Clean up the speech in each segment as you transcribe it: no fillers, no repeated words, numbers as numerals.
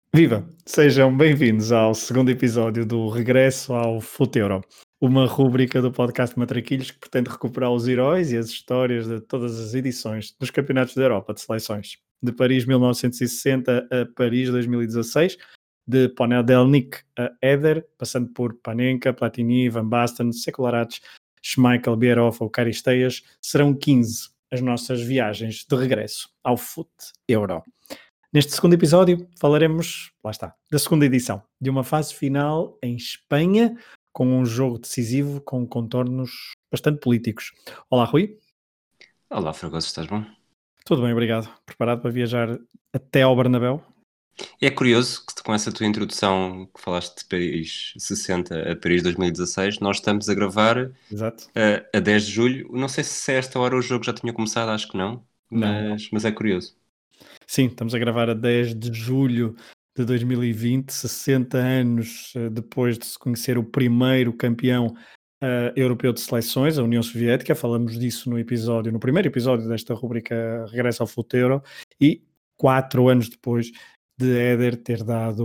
Viva! Sejam bem-vindos ao segundo episódio do Regresso ao Futeuro, uma rúbrica do podcast Matraquilhos que pretende recuperar os heróis e as histórias de todas as edições dos Campeonatos da Europa de Seleções. De Paris 1960 a Paris 2016, de Ponedelnik a Eder, passando por Panenka, Platini, Van Basten, Sekolarac, Schmeichel, Bierhoff ou Caristeias, serão 15 as nossas viagens de regresso ao Fute Euro. Neste segundo episódio falaremos, lá está, da segunda edição, de uma fase final em Espanha, com um jogo decisivo com contornos bastante políticos. Olá, Rui. Olá, Fragoso, estás bom? Tudo bem, obrigado. Preparado para viajar até ao Bernabéu? É curioso que com essa tua introdução que falaste de Paris 60 a Paris 2016, nós estamos a gravar Exato. a 10 de julho. Não sei se a esta hora o jogo já tinha começado, acho que não, Não. mas é curioso. Sim, estamos a gravar a 10 de julho de 2020, 60 anos depois de se conhecer o primeiro campeão europeu de seleções, a União Soviética. Falamos disso no primeiro episódio desta rubrica Regresso ao Futeuro, e 4 anos depois de Éder ter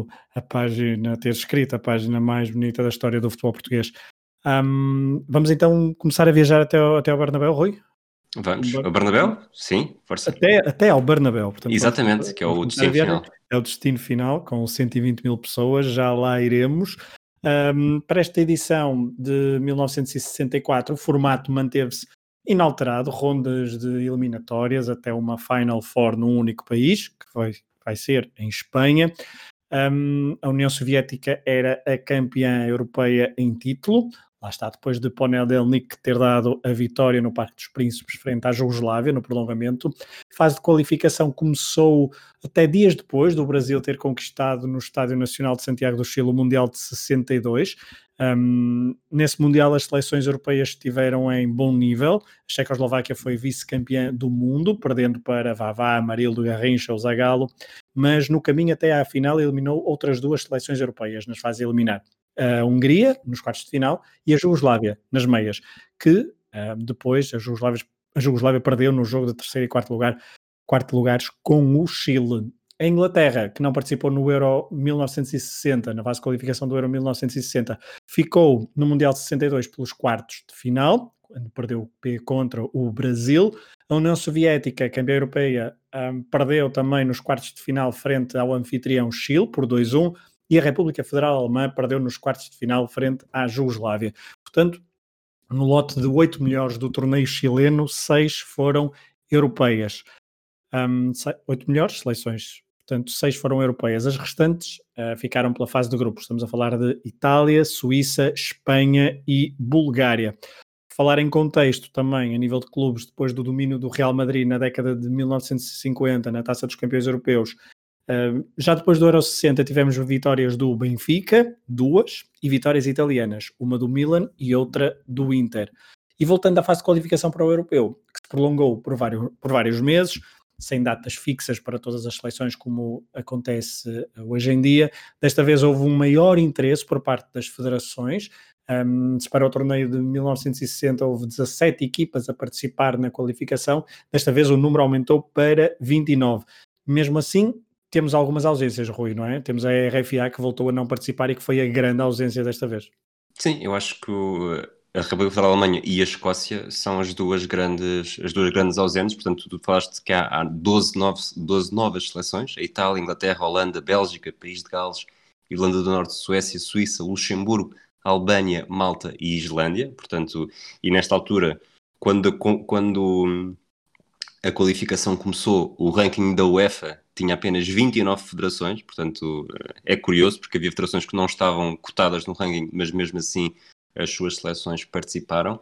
ter escrito a página mais bonita da história do futebol português. Vamos então começar a viajar até ao Bernabéu, Rui? Vamos, ao Bernabéu? Sim, força. Até ao Bernabéu, portanto, Exatamente, que é vamos o começar a destino viagem. final. É o destino final, com 120 mil pessoas, já lá iremos. Para esta edição de 1964, o formato manteve-se inalterado, rondas de eliminatórias até uma Final Four num único país, que vai ser em Espanha. A União Soviética era a campeã europeia em título. Lá está, depois de Ponedelnik ter dado a vitória no Parque dos Príncipes frente à Jugoslávia, no prolongamento. A fase de qualificação começou até dias depois do Brasil ter conquistado no Estádio Nacional de Santiago do Chile o Mundial de 62. Nesse Mundial as seleções europeias estiveram em bom nível. A Checoslováquia foi vice-campeã do mundo, perdendo para Vavá, Amarildo, Garrincha ou Zagallo, mas no caminho até à final eliminou outras duas seleções europeias nas fases eliminar. A Hungria, nos quartos de final, e a Jugoslávia, nas meias, que depois a Jugoslávia perdeu no jogo de terceiro e quarto lugares com o Chile. A Inglaterra, que não participou no Euro 1960, na fase de qualificação do Euro 1960, ficou no Mundial de 62 pelos quartos de final, quando perdeu contra o Brasil. A União Soviética, campeã europeia, perdeu também nos quartos de final frente ao anfitrião Chile, por 2-1, e a República Federal Alemã perdeu nos quartos de final frente à Jugoslávia. Portanto, no lote de 8 melhores do torneio chileno, 6 foram europeias. 8 melhores seleções, portanto 6 foram europeias. As restantes ficaram pela fase de grupos. Estamos a falar de Itália, Suíça, Espanha e Bulgária. Falar em contexto também, a nível de clubes, depois do domínio do Real Madrid na década de 1950 na Taça dos Campeões Europeus, já depois do Euro 60 tivemos vitórias do Benfica, 2, e vitórias italianas, uma do Milan e outra do Inter. E voltando à fase de qualificação para o Europeu, que se prolongou por vários meses, sem datas fixas para todas as seleções, como acontece hoje em dia, desta vez houve um maior interesse por parte das federações. Se para o torneio de 1960 houve 17 equipas a participar na qualificação, desta vez o número aumentou para 29. Mesmo assim, temos algumas ausências, Rui, não é? Temos a RFA que voltou a não participar e que foi a grande ausência desta vez. Sim, eu acho que a República Federal da Alemanha e a Escócia são as duas grandes ausentes. Portanto, tu falaste que há 12 novas seleções: a Itália, Inglaterra, Holanda, Bélgica, País de Gales, Irlanda do Norte, Suécia, Suíça, Luxemburgo, Albânia, Malta e Islândia. Portanto, e nesta altura, quando a qualificação começou, o ranking da UEFA tinha apenas 29 federações. Portanto, é curioso, porque havia federações que não estavam cotadas no ranking, mas mesmo assim as suas seleções participaram.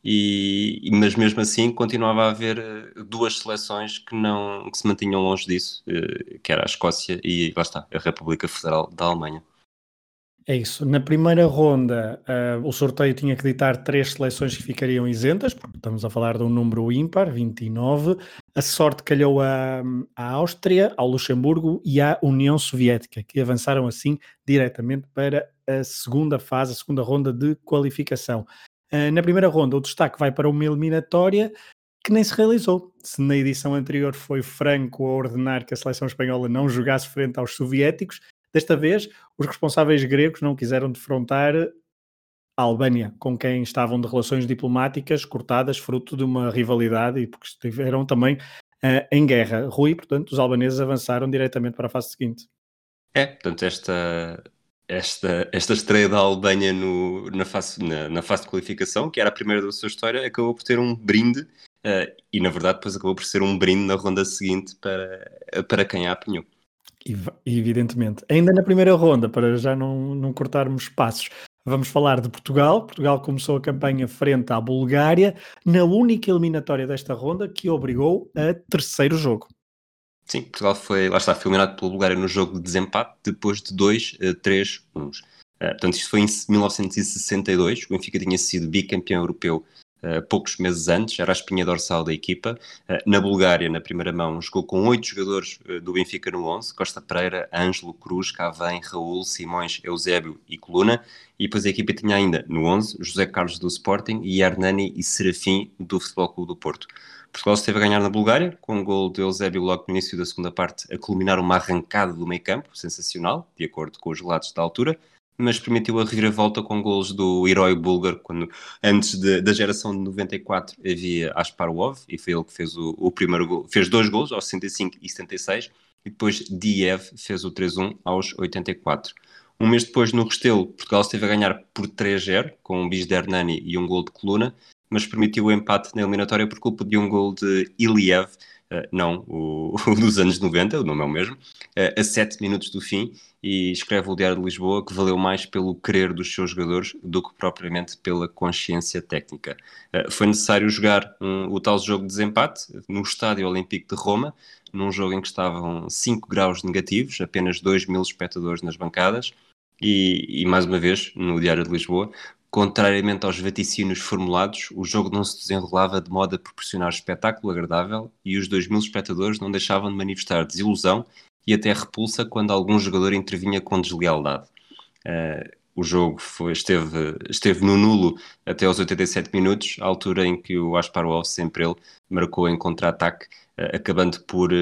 Mas mesmo assim continuava a haver duas seleções que se mantinham longe disso, que era a Escócia e, lá está, a República Federal da Alemanha. É isso. Na primeira ronda, o sorteio tinha que ditar 3 seleções que ficariam isentas, porque estamos a falar de um número ímpar, 29. A sorte calhou à Áustria, ao Luxemburgo e à União Soviética, que avançaram assim diretamente para a segunda fase, a segunda ronda de qualificação. Na primeira ronda, o destaque vai para uma eliminatória que nem se realizou. Se na edição anterior foi Franco a ordenar que a seleção espanhola não jogasse frente aos soviéticos, Desta vez, os responsáveis gregos não quiseram defrontar a Albânia, com quem estavam de relações diplomáticas cortadas fruto de uma rivalidade e porque estiveram também em guerra. Rui, portanto, os albaneses avançaram diretamente para a fase seguinte. Portanto, esta estreia da Albânia na fase de qualificação, que era a primeira da sua história, acabou por ter um brinde, e na verdade depois acabou por ser um brinde na ronda seguinte para quem a apanhou. Evidentemente. Ainda na primeira ronda, para já não cortarmos passos, vamos falar de Portugal. Portugal começou a campanha frente à Bulgária, na única eliminatória desta ronda que obrigou a terceiro jogo. Sim, Portugal foi eliminado pela Bulgária no jogo de desempate, depois de 2-3-1. Portanto, isto foi em 1962, o Benfica tinha sido bicampeão europeu poucos meses antes, era a espinha dorsal da equipa. Na Bulgária, na primeira mão, jogou com 8 jogadores do Benfica no 11, Costa Pereira, Ângelo, Cruz, Cavém, Raul, Simões, Eusébio e Coluna, e depois a equipa tinha ainda no 11 José Carlos do Sporting e Hernani e Serafim do Futebol Clube do Porto. Portugal esteve a ganhar na Bulgária, com um gol de Eusébio logo no início da segunda parte, a culminar uma arrancada do meio campo, sensacional, de acordo com os relatos da altura, mas permitiu a reviravolta com golos do herói búlgaro, quando antes da geração de 94 havia Asparov, e foi ele que fez o primeiro gol, fez 2 golos, aos 65 e 76, e depois Diev fez o 3-1 aos 84. Um mês depois, no Restelo, Portugal esteve a ganhar por 3-0, com um bis de Hernani e um gol de Coluna, mas permitiu o empate na eliminatória por culpa de um gol de Iliev, não o dos anos 90, o nome é o mesmo, a 7 minutos do fim, e escreve o Diário de Lisboa que valeu mais pelo querer dos seus jogadores do que propriamente pela consciência técnica. Foi necessário jogar o tal jogo de desempate no Estádio Olímpico de Roma, num jogo em que estavam 5 graus negativos, apenas 2.000 espectadores nas bancadas, e mais uma vez, no Diário de Lisboa, contrariamente aos vaticínios formulados, o jogo não se desenrolava de modo a proporcionar espetáculo agradável e os 2.000 espectadores não deixavam de manifestar desilusão e até repulsa quando algum jogador intervinha com deslealdade. O jogo esteve no nulo até aos 87 minutos, a altura em que o Asparov, sempre ele, marcou em contra-ataque, acabando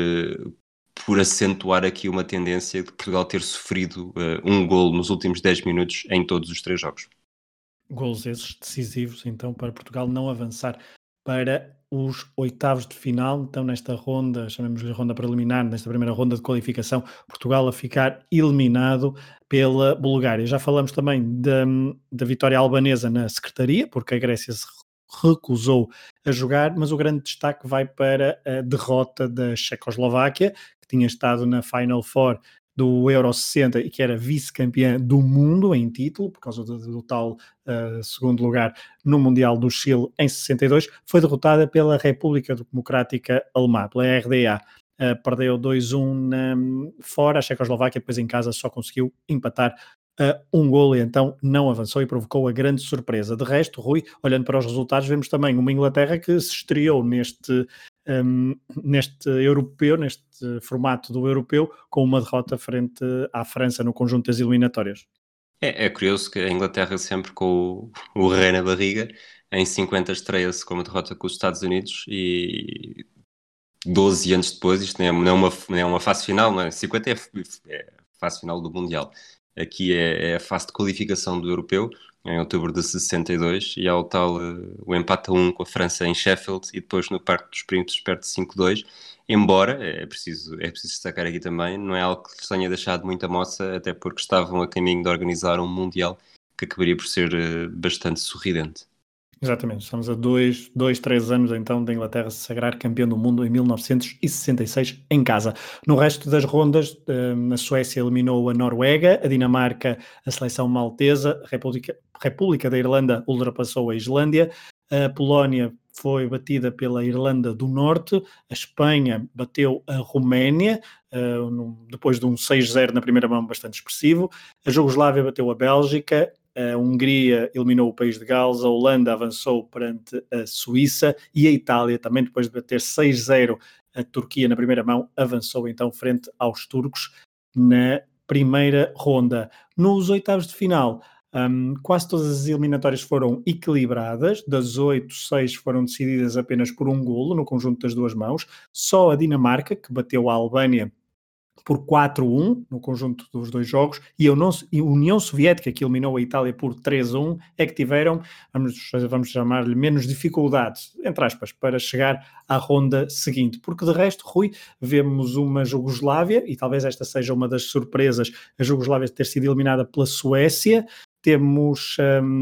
por acentuar aqui uma tendência de Portugal ter sofrido um golo nos últimos 10 minutos em todos os 3 jogos. Golos esses decisivos, então, para Portugal não avançar para os oitavos de final. Então, nesta ronda, chamemos-lhe ronda preliminar, nesta primeira ronda de qualificação, Portugal a ficar eliminado pela Bulgária. Já falamos também da vitória albanesa na secretaria, porque a Grécia se recusou a jogar, mas o grande destaque vai para a derrota da Checoslováquia, que tinha estado na Final Four do Euro 60 e que era vice-campeã do mundo em título, por causa do tal segundo lugar no Mundial do Chile em 62, foi derrotada pela República Democrática Alemã, pela RDA. Perdeu 2-1 fora, a Checoslováquia depois em casa só conseguiu empatar um golo e então não avançou e provocou a grande surpresa. De resto, Rui, olhando para os resultados, vemos também uma Inglaterra que se estreou neste europeu, neste formato do europeu, com uma derrota frente à França no conjunto das eliminatórias. É curioso que a Inglaterra sempre com o rei na barriga, em 50 estreia-se com uma derrota com os Estados Unidos e 12 anos depois, isto não é uma fase final, não é? 50 é a fase final do Mundial. Aqui é a fase de qualificação do Europeu, em outubro de 62, e há o empate a 1 com a França em Sheffield e depois no Parque dos Príncipes perto de 5-2, embora, é preciso destacar aqui também, não é algo que lhes tenha deixado muita moça, até porque estavam a caminho de organizar um Mundial que acabaria por ser bastante sorridente. Exatamente, estamos a 3 anos então da Inglaterra se sagrar campeão do mundo em 1966 em casa. No resto das rondas, a Suécia eliminou a Noruega, a Dinamarca a seleção maltesa, a República da Irlanda ultrapassou a Islândia, a Polónia foi batida pela Irlanda do Norte, a Espanha bateu a Roménia, depois de um 6-0 na primeira mão bastante expressivo, a Jugoslávia bateu a Bélgica, a Hungria eliminou o país de Gales, a Holanda avançou perante a Suíça e a Itália, também depois de bater 6-0 a Turquia na primeira mão, avançou então frente aos turcos na primeira ronda. Nos oitavos de final, quase todas as eliminatórias foram equilibradas, das 8, 6 foram decididas apenas por um golo no conjunto das duas mãos, só a Dinamarca, que bateu a Albânia por 4-1 no conjunto dos dois jogos, e a União Soviética, que eliminou a Itália por 3-1, é que tiveram, vamos chamar-lhe, menos dificuldades, entre aspas, para chegar à ronda seguinte, porque de resto, Rui, vemos uma Jugoslávia, e talvez esta seja uma das surpresas, a Jugoslávia ter sido eliminada pela Suécia. Temos,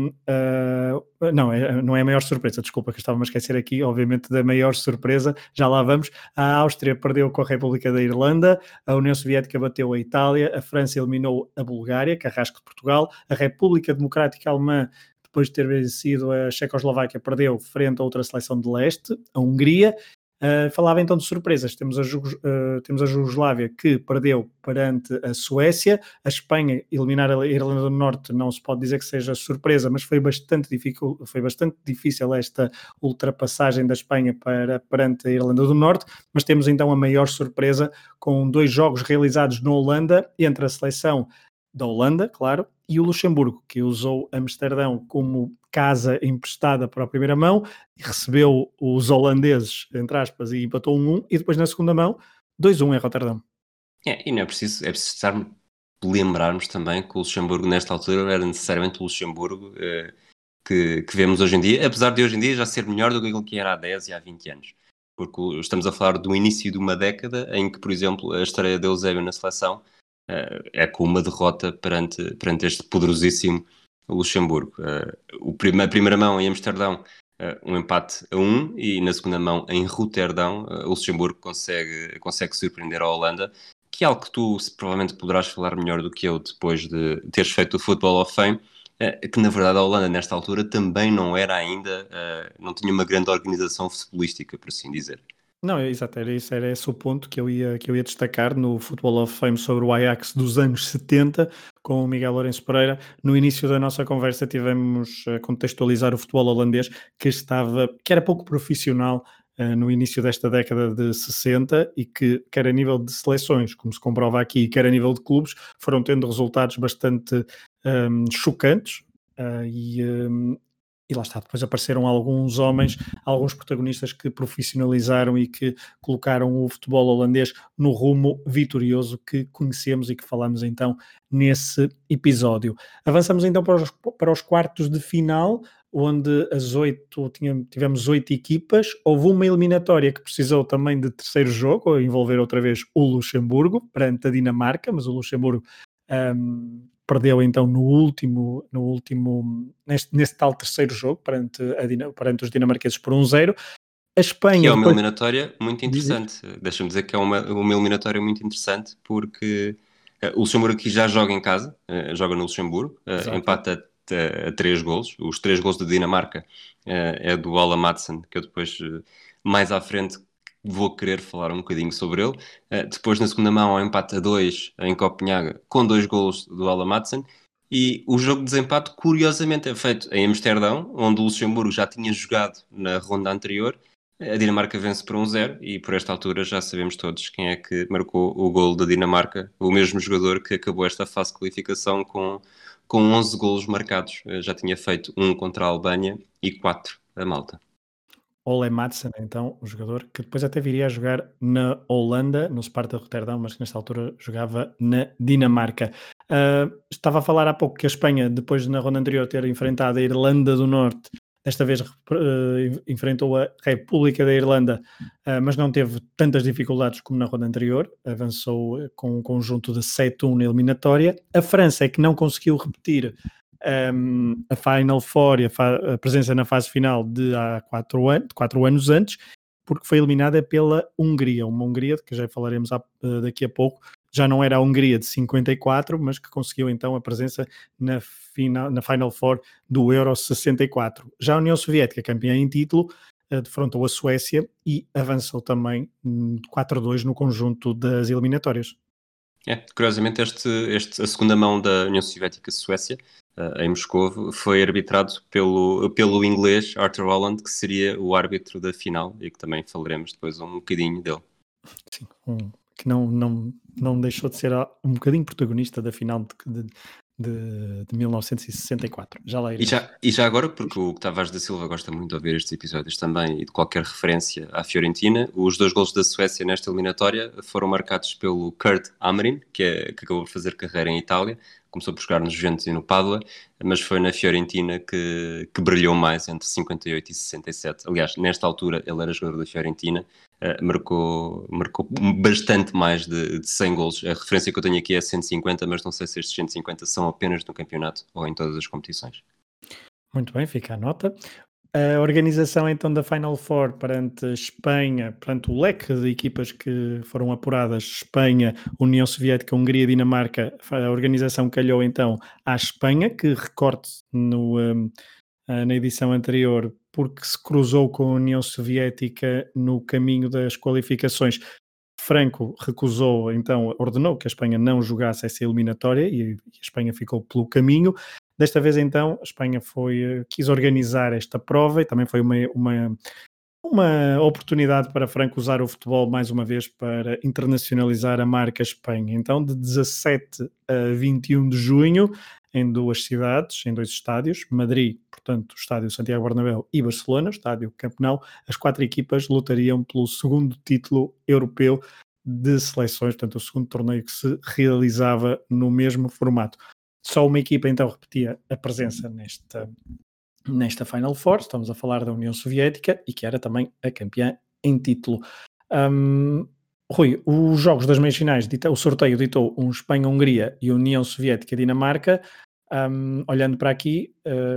não é a maior surpresa, desculpa que eu estava-me a esquecer aqui, obviamente da maior surpresa, já lá vamos. A Áustria perdeu com a República da Irlanda, a União Soviética bateu a Itália, a França eliminou a Bulgária, Carrasco de Portugal, a República Democrática Alemã, depois de ter vencido a Checoslováquia, perdeu frente a outra seleção de leste, a Hungria. Falava então de surpresas, temos a Jugoslávia, que perdeu perante a Suécia, a Espanha eliminar a Irlanda do Norte não se pode dizer que seja surpresa, mas foi bastante difícil esta ultrapassagem da Espanha perante a Irlanda do Norte, mas temos então a maior surpresa com 2 jogos realizados na Holanda, entre a seleção da Holanda, claro, e o Luxemburgo, que usou Amsterdão como casa emprestada para a primeira mão, e recebeu os holandeses, entre aspas, e empatou 1-1, e depois na segunda mão, 2-1 em Roterdão. E não é preciso lembrarmos também que o Luxemburgo, nesta altura, não era necessariamente o Luxemburgo que vemos hoje em dia, apesar de hoje em dia já ser melhor do que aquilo que era há 10 e há 20 anos. Porque estamos a falar do início de uma década em que, por exemplo, a estreia de Eusébio na seleção é com uma derrota perante este poderosíssimo Luxemburgo. A primeira mão em Amsterdão, um empate a 1, e na segunda mão em Roterdão, o Luxemburgo consegue surpreender a Holanda, que é algo que tu provavelmente poderás falar melhor do que eu depois de teres feito o Football of Fame, que na verdade a Holanda nesta altura também não era ainda, não tinha uma grande organização futebolística, por assim dizer. Não, exato, era esse o ponto que eu ia destacar no Football of Fame sobre o Ajax dos anos 70, com o Miguel Lourenço Pereira. No início da nossa conversa tivemos a contextualizar o futebol holandês, que era pouco profissional no início desta década de 60, e que, quer a nível de seleções, como se comprova aqui, quer a nível de clubes, foram tendo resultados bastante chocantes, e lá está, depois apareceram alguns homens, alguns protagonistas que profissionalizaram e que colocaram o futebol holandês no rumo vitorioso que conhecemos e que falamos então nesse episódio. Avançamos então para os quartos de final, onde tivemos 8 equipas. Houve uma eliminatória que precisou também de terceiro jogo, a envolver outra vez o Luxemburgo, perante a Dinamarca, mas o Luxemburgo perdeu então nesse tal terceiro jogo perante os dinamarqueses por 1-0. A Espanha... Que é uma eliminatória muito interessante. Deixa-me dizer que é uma eliminatória muito interessante, porque o Luxemburgo aqui já joga em casa, joga no Luxemburgo, empata a 3 golos. Os 3 golos da Dinamarca é do Ola Madsen, que eu depois, mais à frente, vou querer falar um bocadinho sobre ele. Depois, na segunda mão, ao empate a 2 em Copenhaga, com 2 golos do Ola Madsen. E o jogo de desempate, curiosamente, é feito em Amsterdão, onde o Luxemburgo já tinha jogado na ronda anterior. A Dinamarca vence por 1-0, e por esta altura já sabemos todos quem é que marcou o golo da Dinamarca. O mesmo jogador que acabou esta fase de qualificação com 11 golos marcados. Já tinha feito 1 contra a Albânia e 4 a Malta. Ole Madsen, então, o jogador que depois até viria a jogar na Holanda, no Sparta Roterdão, mas que nesta altura jogava na Dinamarca. Estava a falar há pouco que a Espanha, depois na ronda anterior ter enfrentado a Irlanda do Norte, desta vez enfrentou a República da Irlanda, mas não teve tantas dificuldades como na ronda anterior, avançou com um conjunto de 7-1 na eliminatória. A França é que não conseguiu repetir a Final Four e a presença na fase final de há 4 anos antes, porque foi eliminada pela Hungria, uma Hungria de que já falaremos daqui a pouco. Já não era a Hungria de 54, mas que conseguiu então a presença na Final Four do Euro 64. Já a União Soviética, campeã em título, defrontou a Suécia e avançou também 4-2 no conjunto das eliminatórias. Curiosamente, a segunda mão da União Soviética-Suécia, em Moscovo, foi arbitrado pelo inglês Arthur Holland, que seria o árbitro da final, e que também falaremos depois um bocadinho dele. Sim, que não deixou de ser um bocadinho protagonista da final de 1964. Já lá iremos. E já agora, porque o Tavares da Silva gosta muito de ouvir estes episódios também e de qualquer referência à Fiorentina, os 2 golos da Suécia nesta eliminatória foram marcados pelo Kurt Amorim, que acabou por fazer carreira em Itália, começou por jogar no Juventus e no Padua, mas foi na Fiorentina que brilhou mais entre 58 e 67. Aliás, nesta altura ele era jogador da Fiorentina, marcou bastante mais de 100 golos. A referência que eu tenho aqui é 150, mas não sei se estes 150 são apenas no campeonato ou em todas as competições. Muito bem, fica a nota. A organização então da Final Four perante Espanha, perante o leque de equipas que foram apuradas, Espanha, União Soviética, Hungria, Dinamarca, a organização calhou então à Espanha, que recorde na edição anterior, porque se cruzou com a União Soviética no caminho das qualificações. Franco recusou, então ordenou que a Espanha não jogasse essa eliminatória e a Espanha ficou pelo caminho. Desta vez, então, a Espanha quis organizar esta prova e também foi uma oportunidade para Franco usar o futebol mais uma vez para internacionalizar a marca Espanha. Então, de 17 a 21 de junho, em 2 cidades, em 2 estádios, Madrid, portanto, o estádio Santiago Bernabéu, e Barcelona, o estádio Camp Nou, as 4 equipas lutariam pelo segundo título europeu de seleções, portanto, o segundo torneio que se realizava no mesmo formato. Só uma equipa então repetia a presença nesta Final Four, estamos a falar da União Soviética e que era também a campeã em título. Rui, os jogos das meias finais, o sorteio ditou um Espanha-Hungria e União Soviética-Dinamarca. Olhando para aqui,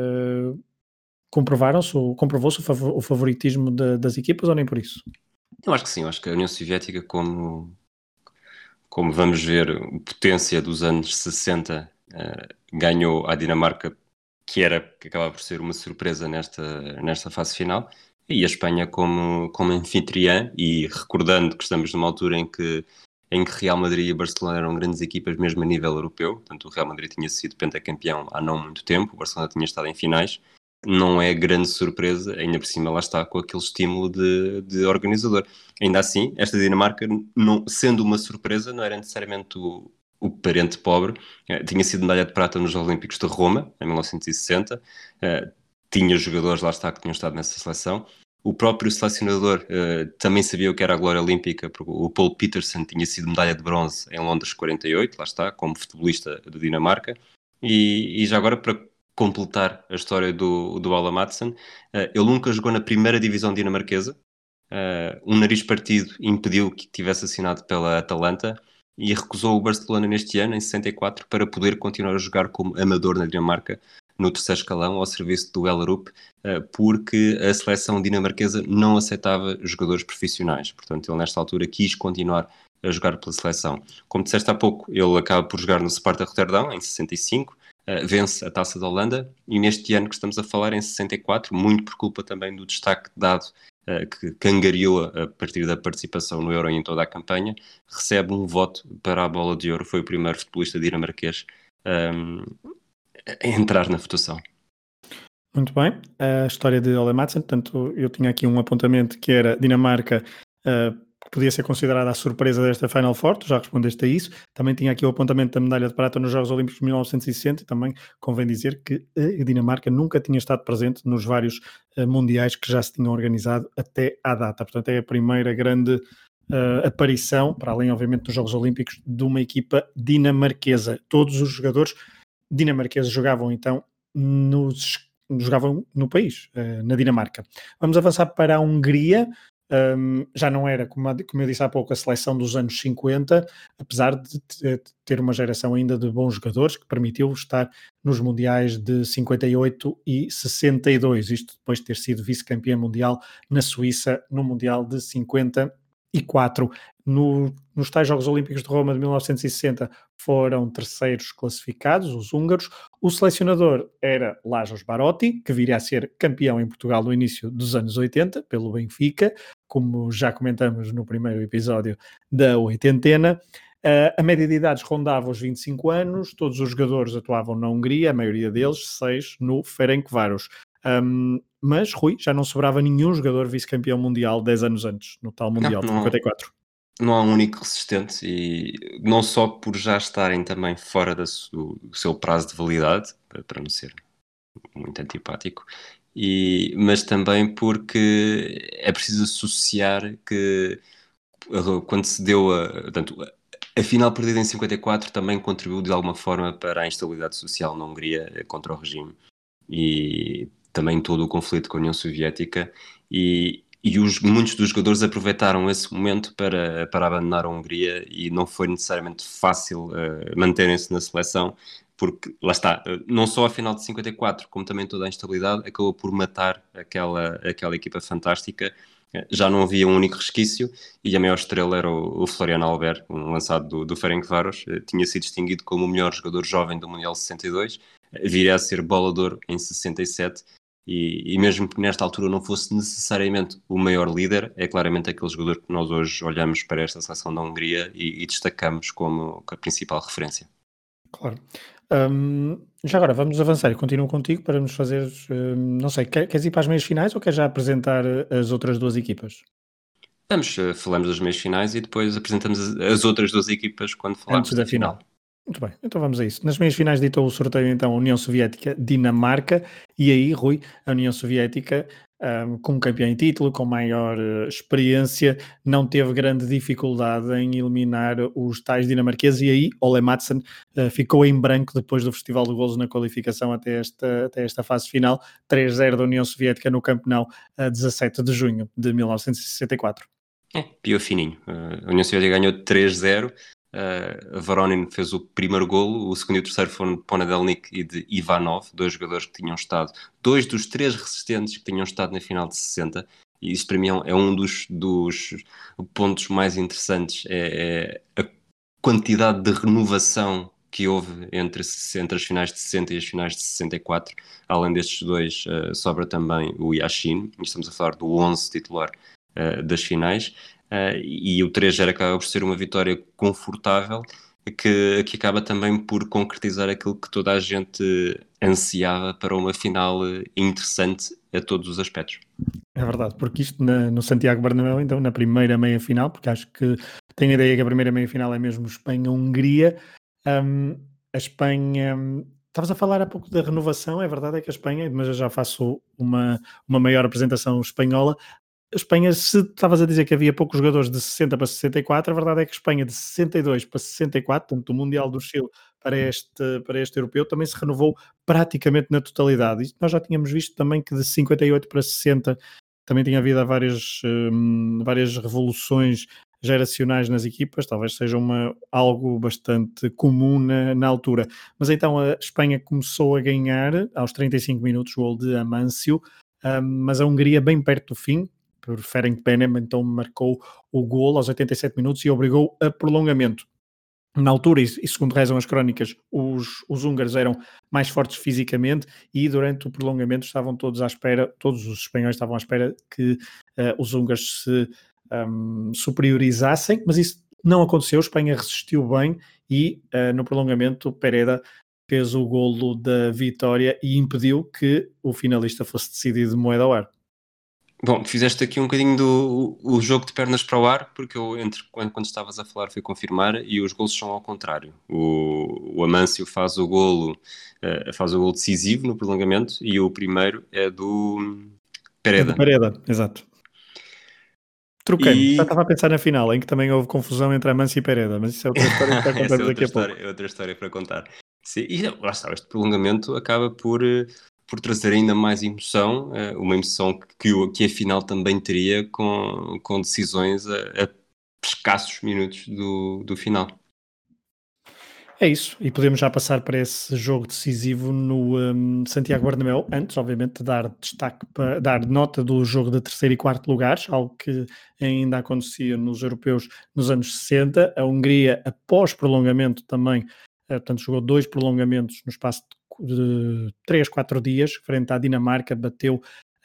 comprovou-se o favoritismo das equipas ou nem por isso? Eu acho que sim, eu acho que a União Soviética, como vamos ver, a potência dos anos 60, ganhou à Dinamarca, que acabava por ser uma surpresa nesta fase final, e a Espanha como anfitriã, e recordando que estamos numa altura em que Real Madrid e Barcelona eram grandes equipas mesmo a nível europeu, portanto o Real Madrid tinha sido pentacampeão há não muito tempo, o Barcelona tinha estado em finais, não é grande surpresa, ainda por cima lá está com aquele estímulo de organizador. Ainda assim, esta Dinamarca, não, sendo uma surpresa, não era necessariamente o parente pobre. Tinha sido medalha de prata nos Jogos Olímpicos de Roma, em 1960. Tinha jogadores, lá está, que tinham estado nessa seleção. O próprio selecionador também sabia o que era a glória olímpica, porque o Paul Peterson tinha sido medalha de bronze em Londres 48, lá está, como futebolista do Dinamarca. E já agora, para completar a história do Ola Madsen, ele nunca jogou na primeira divisão dinamarquesa. Um nariz partido impediu que tivesse assinado pela Atalanta e recusou o Barcelona neste ano, em 64, para poder continuar a jogar como amador na Dinamarca, no terceiro escalão, ao serviço do Ellerup, porque a seleção dinamarquesa não aceitava jogadores profissionais. Portanto, ele nesta altura quis continuar a jogar pela seleção. Como disseste há pouco, ele acaba por jogar no Sparta Rotterdam, em 65, vence a Taça da Holanda, e neste ano que estamos a falar, em 64, muito por culpa também do destaque dado que angariou a partir da participação no Euro e em toda a campanha, recebe um voto para a Bola de Ouro. Foi o primeiro futebolista dinamarquês a entrar na votação. Muito bem, a história de Ole Madsen, portanto eu tinha aqui um apontamento que era Dinamarca, que podia ser considerada a surpresa desta Final Four, tu já respondeste a isso. Também tinha aqui o apontamento da medalha de prata nos Jogos Olímpicos de 1960 e também convém dizer que a Dinamarca nunca tinha estado presente nos vários mundiais que já se tinham organizado até à data, portanto é a primeira grande aparição, para além obviamente dos Jogos Olímpicos, de uma equipa dinamarquesa. Todos os jogadores dinamarqueses jogavam então jogavam no país, na Dinamarca. Vamos avançar para a Hungria. Já não era, como eu disse há pouco, a seleção dos anos 50, apesar de ter uma geração ainda de bons jogadores que permitiu estar nos mundiais de 58 e 62, isto depois de ter sido vice-campeã mundial na Suíça no mundial de 54. Nos tais Jogos Olímpicos de Roma de 1960 foram terceiros classificados, os húngaros. O selecionador era Lajos Barotti, que viria a ser campeão em Portugal no início dos anos 80, pelo Benfica, como já comentamos no primeiro episódio da oitentena. A média de idades rondava os 25 anos, todos os jogadores atuavam na Hungria, a maioria deles 6 no Ferencváros. Mas, Rui, já não sobrava nenhum jogador vice-campeão mundial 10 anos antes, no tal Mundial de 54. não há um único resistente, e não só por já estarem também fora do seu prazo de validade, para não ser muito antipático, mas também porque é preciso associar que quando se deu portanto, a final perdida em 54 também contribuiu de alguma forma para a instabilidade social na Hungria contra o regime, e também todo o conflito com a União Soviética, e muitos dos jogadores aproveitaram esse momento para abandonar a Hungria, e não foi necessariamente fácil manterem-se na seleção, porque, lá está, não só a final de 54, como também toda a instabilidade, acabou por matar aquela equipa fantástica. Já não havia um único resquício, e a maior estrela era o Florian Albert, um lançado do Ferencváros. Tinha sido distinguido como o melhor jogador jovem do Mundial 62, viria a ser bola de ouro em 67, e mesmo que nesta altura não fosse necessariamente o maior líder, é claramente aquele jogador que nós hoje olhamos para esta seleção da Hungria e destacamos como a principal referência. Claro. Já agora vamos avançar, eu continuo contigo para nos fazer, não sei, queres ir para as meias finais ou queres já apresentar as outras duas equipas? Falamos das meias finais e depois apresentamos as outras duas equipas quando Antes falarmos da da final. final. Muito bem, então vamos a isso. Nas meias finais ditou o sorteio então a União Soviética-Dinamarca, e aí, Rui, a União Soviética, como campeã em título, com maior experiência, não teve grande dificuldade em eliminar os tais dinamarqueses, e aí Ole Madsen ficou em branco depois do Festival de Golos na qualificação até esta fase final. 3-0 da União Soviética no Camp Nou, a 17 de junho de 1964. Pior fininho. A União Soviética ganhou 3-0. Voronin fez o primeiro golo, o segundo e o terceiro foram de Ponadelnik e de Ivanov, dois jogadores que tinham estado, dois dos três resistentes que tinham estado na final de 60, e isso para mim é um dos pontos mais interessantes, é a quantidade de renovação que houve entre as finais de 60 e as finais de 64. Além destes dois, sobra também o Yashin, e estamos a falar do 11 titular das finais, e o 3-0 acaba por ser uma vitória confortável, que acaba também por concretizar aquilo que toda a gente ansiava para uma final interessante a todos os aspectos. É verdade, porque isto no Santiago Bernabéu, então, na primeira meia-final, porque acho que tenho a ideia que a primeira meia-final é mesmo Espanha-Hungria. A Espanha, estavas a falar há pouco da renovação, é verdade, é que a Espanha, mas eu já faço uma maior apresentação espanhola. A Espanha, se estavas a dizer que havia poucos jogadores de 60 para 64, a verdade é que a Espanha de 62 para 64, portanto, do Mundial do Chile para este europeu, também se renovou praticamente na totalidade. Isto nós já tínhamos visto também que de 58 para 60 também tinha havido várias revoluções geracionais nas equipas, talvez seja algo bastante comum na altura. Mas então a Espanha começou a ganhar aos 35 minutos, o gol de Amâncio, mas a Hungria bem perto do fim, por Ferenc Benem, então marcou o gol aos 87 minutos e obrigou a prolongamento. Na altura, e segundo rezam as crónicas, os húngaros eram mais fortes fisicamente, e durante o prolongamento estavam todos à espera, todos os espanhóis estavam à espera que os húngaros se superiorizassem, mas isso não aconteceu. A Espanha resistiu bem e no prolongamento Pereda fez o golo da vitória e impediu que o finalista fosse decidido de moeda ao ar. Bom, fizeste aqui um bocadinho do o jogo de pernas para o ar, porque eu, quando estavas a falar, fui confirmar, e os golos são ao contrário. O Amâncio faz o golo decisivo no prolongamento, e o primeiro é do É do Pereda. Pereda, exato. Trocando, já E estava a pensar na final, em que também houve confusão entre Amâncio e Pereda, mas isso é outra história que já essa contamos daqui a pouco. é outra história para contar. Sim, e lá está, este prolongamento acaba por trazer ainda mais emoção, uma emoção que a final também teria com decisões a escassos minutos do final. É isso, e podemos já passar para esse jogo decisivo no Santiago Bernabéu, antes, obviamente, de dar destaque, dar nota do jogo de terceiro e quarto lugares, algo que ainda acontecia nos europeus nos anos 60. A Hungria, após prolongamento também, portanto, jogou 2 prolongamentos no espaço de 3, 4 dias, frente à Dinamarca, bateu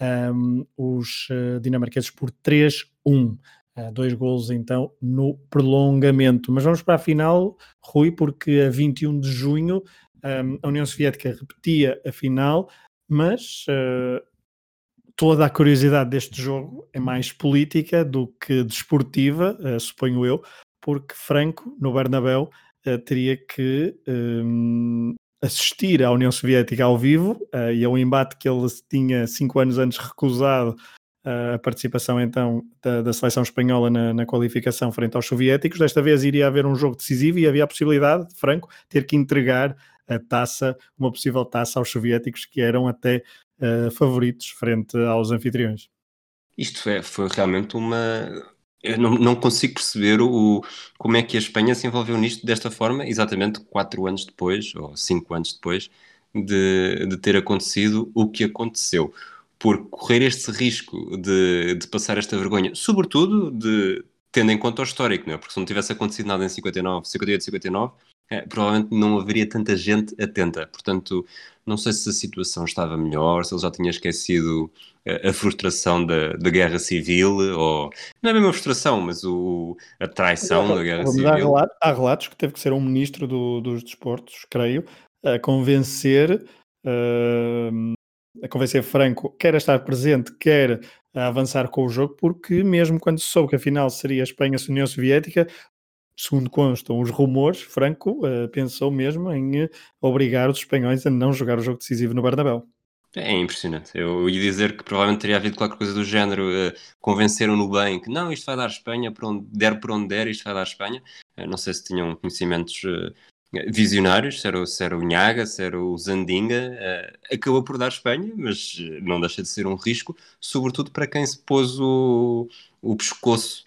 os dinamarqueses por 3-1. 2 golos então no prolongamento. Mas vamos para a final, Rui, porque a 21 de junho a União Soviética repetia a final, mas toda a curiosidade deste jogo é mais política do que desportiva, suponho eu, porque Franco, no Bernabéu, teria que assistir à União Soviética ao vivo e a um embate que ele tinha 5 anos antes recusado a participação então da seleção espanhola na qualificação frente aos soviéticos. Desta vez iria haver um jogo decisivo e havia a possibilidade de Franco ter que entregar a taça, uma possível taça aos soviéticos que eram até favoritos frente aos anfitriões. Isto foi realmente uma... Eu não consigo perceber como é que a Espanha se envolveu nisto desta forma, exatamente 4 anos depois, ou 5 anos depois, de ter acontecido o que aconteceu. Por correr este risco de passar esta vergonha, sobretudo tendo em conta o histórico, não é? Porque se não tivesse acontecido nada em 58, 59, provavelmente não haveria tanta gente atenta. Portanto, não sei se a situação estava melhor, se ele já tinha esquecido a frustração da guerra civil, ou não é mesmo a frustração, mas a traição da guerra civil. Há relatos que teve que ser um ministro dos desportos, creio, a convencer Franco, quer a estar presente, quer a avançar com o jogo, porque mesmo quando se soube que a final seria Espanha-União Soviética, segundo constam os rumores, Franco pensou mesmo em obrigar os espanhóis a não jogar o jogo decisivo no Bernabéu. É impressionante. Eu ia dizer que provavelmente teria havido qualquer coisa do género, convenceram-no bem que não, isto vai dar Espanha, por onde der, isto vai dar Espanha. Não sei se tinham conhecimentos visionários, se era o Nhaga, se era o Zandinga. Acabou por dar Espanha, mas não deixa de ser um risco, sobretudo para quem se pôs o pescoço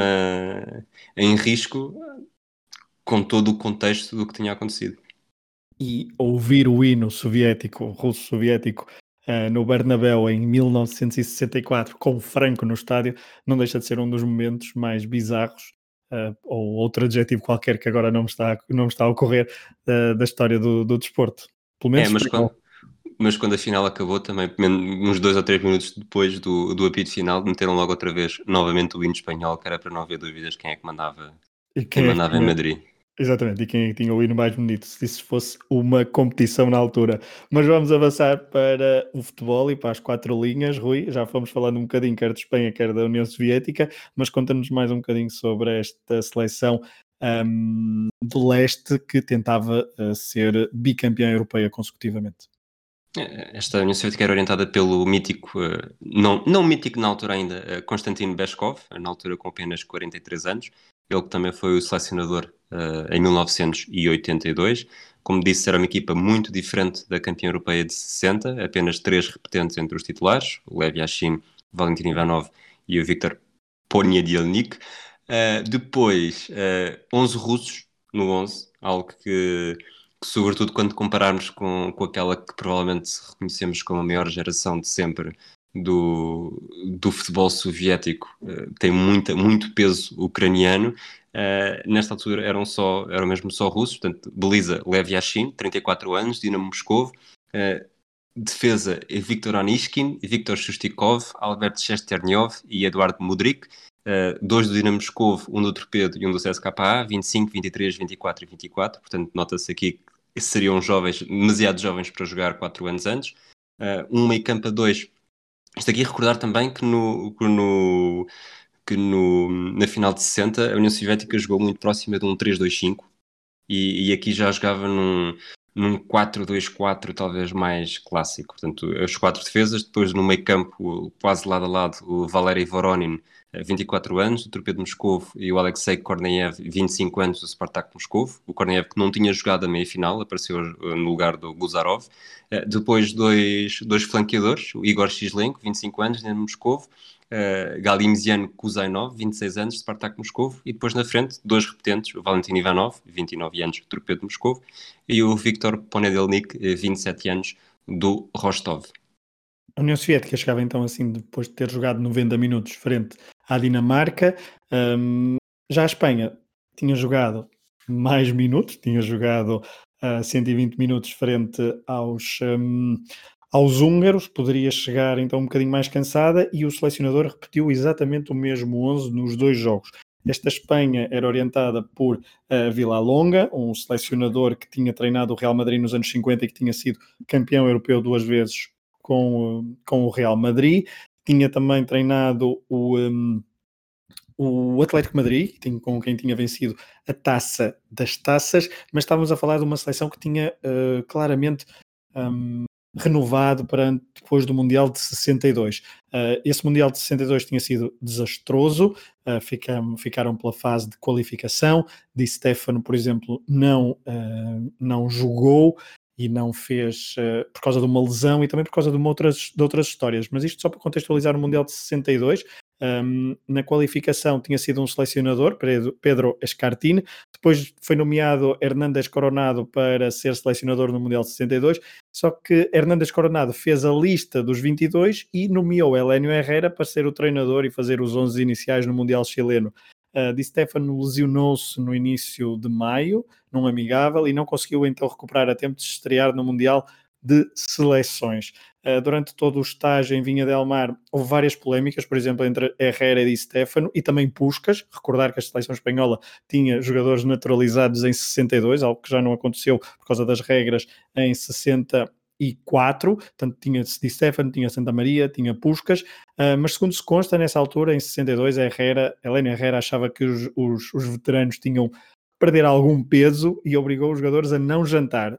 em risco com todo o contexto do que tinha acontecido. E ouvir o hino soviético, russo-soviético, no Bernabéu em 1964, com Franco no estádio, não deixa de ser um dos momentos mais bizarros, ou outro adjetivo qualquer que agora não me está a ocorrer, da história do desporto. Pelo menos mas quando a final acabou também, uns 2 ou 3 minutos depois do apito final, meteram logo outra vez, novamente o hino espanhol, que era para não haver dúvidas quem é que mandava, quem mandava em Madrid. Exatamente, e quem é que tinha o hino mais bonito, se isso fosse uma competição na altura. Mas vamos avançar para o futebol e para as 4 linhas, Rui. Já fomos falando um bocadinho, quer de Espanha, quer da União Soviética, mas conta-nos mais um bocadinho sobre esta seleção do leste que tentava ser bicampeã europeia consecutivamente. Esta União Soviética era orientada pelo mítico, não mítico na altura ainda, Konstantin Beskov, na altura com apenas 43 anos. Ele que também foi o selecionador em 1982. Como disse, era uma equipa muito diferente da campeã europeia de 60, apenas 3 repetentes entre os titulares, o Lev Yashin, o Valentin Ivanov e o Viktor Poniadelnik. Depois, 11 russos no 11, algo que sobretudo quando compararmos com aquela que provavelmente reconhecemos como a maior geração de sempre do futebol soviético, tem muito peso ucraniano. Nesta altura eram mesmo só russos, portanto, Belisa Lev Yashin, 34 anos, Dinamo Moscovo, defesa Viktor Onishkin, Viktor Shustikov, Albert Shesternyov e Eduardo Mudryk. 2 do Dinamo Moscovo, um do Torpedo e um do CSKA, 25, 23, 24 e 24, portanto nota-se aqui que seriam jovens, demasiado jovens para jogar 4 anos antes. Um meio campo a 2. Isto aqui recordar também que na final de 60 a União Soviética jogou muito próxima de um 3-2-5 e aqui já jogava num 4-2-4 talvez mais clássico, portanto as 4 defesas, depois no meio campo quase lado a lado o Valery Voronin, 24 anos, do Torpedo de Moscovo, e o Alexei Korneyev, 25 anos, do Spartak Moscovo. O Korneyev que não tinha jogado a meia-final, apareceu no lugar do Guzarov. Depois dois flanqueadores, o Igor Shishlenko, 25 anos, de Moscovo, Galimzian Kuzainov, 26 anos, de Spartak Moscovo, e depois na frente, 2 repetentes, o Valentin Ivanov, 29 anos, do Torpedo de Moscovo, e o Viktor Ponedelnik, 27 anos, do Rostov. A União Soviética chegava então assim depois de ter jogado 90 minutos frente à Dinamarca. Já a Espanha tinha jogado mais minutos, tinha jogado 120 minutos frente aos húngaros, poderia chegar então um bocadinho mais cansada e o selecionador repetiu exatamente o mesmo 11 nos 2 jogos. Esta Espanha era orientada por Villalonga, um selecionador que tinha treinado o Real Madrid nos anos 50 e que tinha sido campeão europeu 2 vezes com o Real Madrid, tinha também treinado o Atlético Madrid, com quem tinha vencido a Taça das Taças, mas estávamos a falar de uma seleção que tinha claramente renovado para depois do Mundial de 62. Esse Mundial de 62 tinha sido desastroso, ficaram pela fase de qualificação. Di Stéfano, por exemplo, não jogou e não fez por causa de uma lesão e também por causa de outras histórias. Mas isto só para contextualizar o Mundial de 62. Na qualificação tinha sido um selecionador, Pedro Escartin, depois foi nomeado Hernández Coronado para ser selecionador no Mundial de 62, só que Hernández Coronado fez a lista dos 22 e nomeou Helénio Herrera para ser o treinador e fazer os 11 iniciais no Mundial chileno. Di Stéfano lesionou-se no início de maio, num amigável, e não conseguiu então recuperar a tempo de se estrear no Mundial de Seleções. Durante todo o estágio em Vinha del Mar houve várias polémicas, por exemplo, entre Herrera e Di Stéfano e também Puskás. Recordar que a seleção espanhola tinha jogadores naturalizados em 62, algo que já não aconteceu por causa das regras em 64, portanto tinha Di Stéfano, tinha Santa Maria, tinha Puskás, mas segundo se consta, nessa altura, em 62, Helénio Herrera achava que os veteranos tinham que perder algum peso e obrigou os jogadores a não jantar.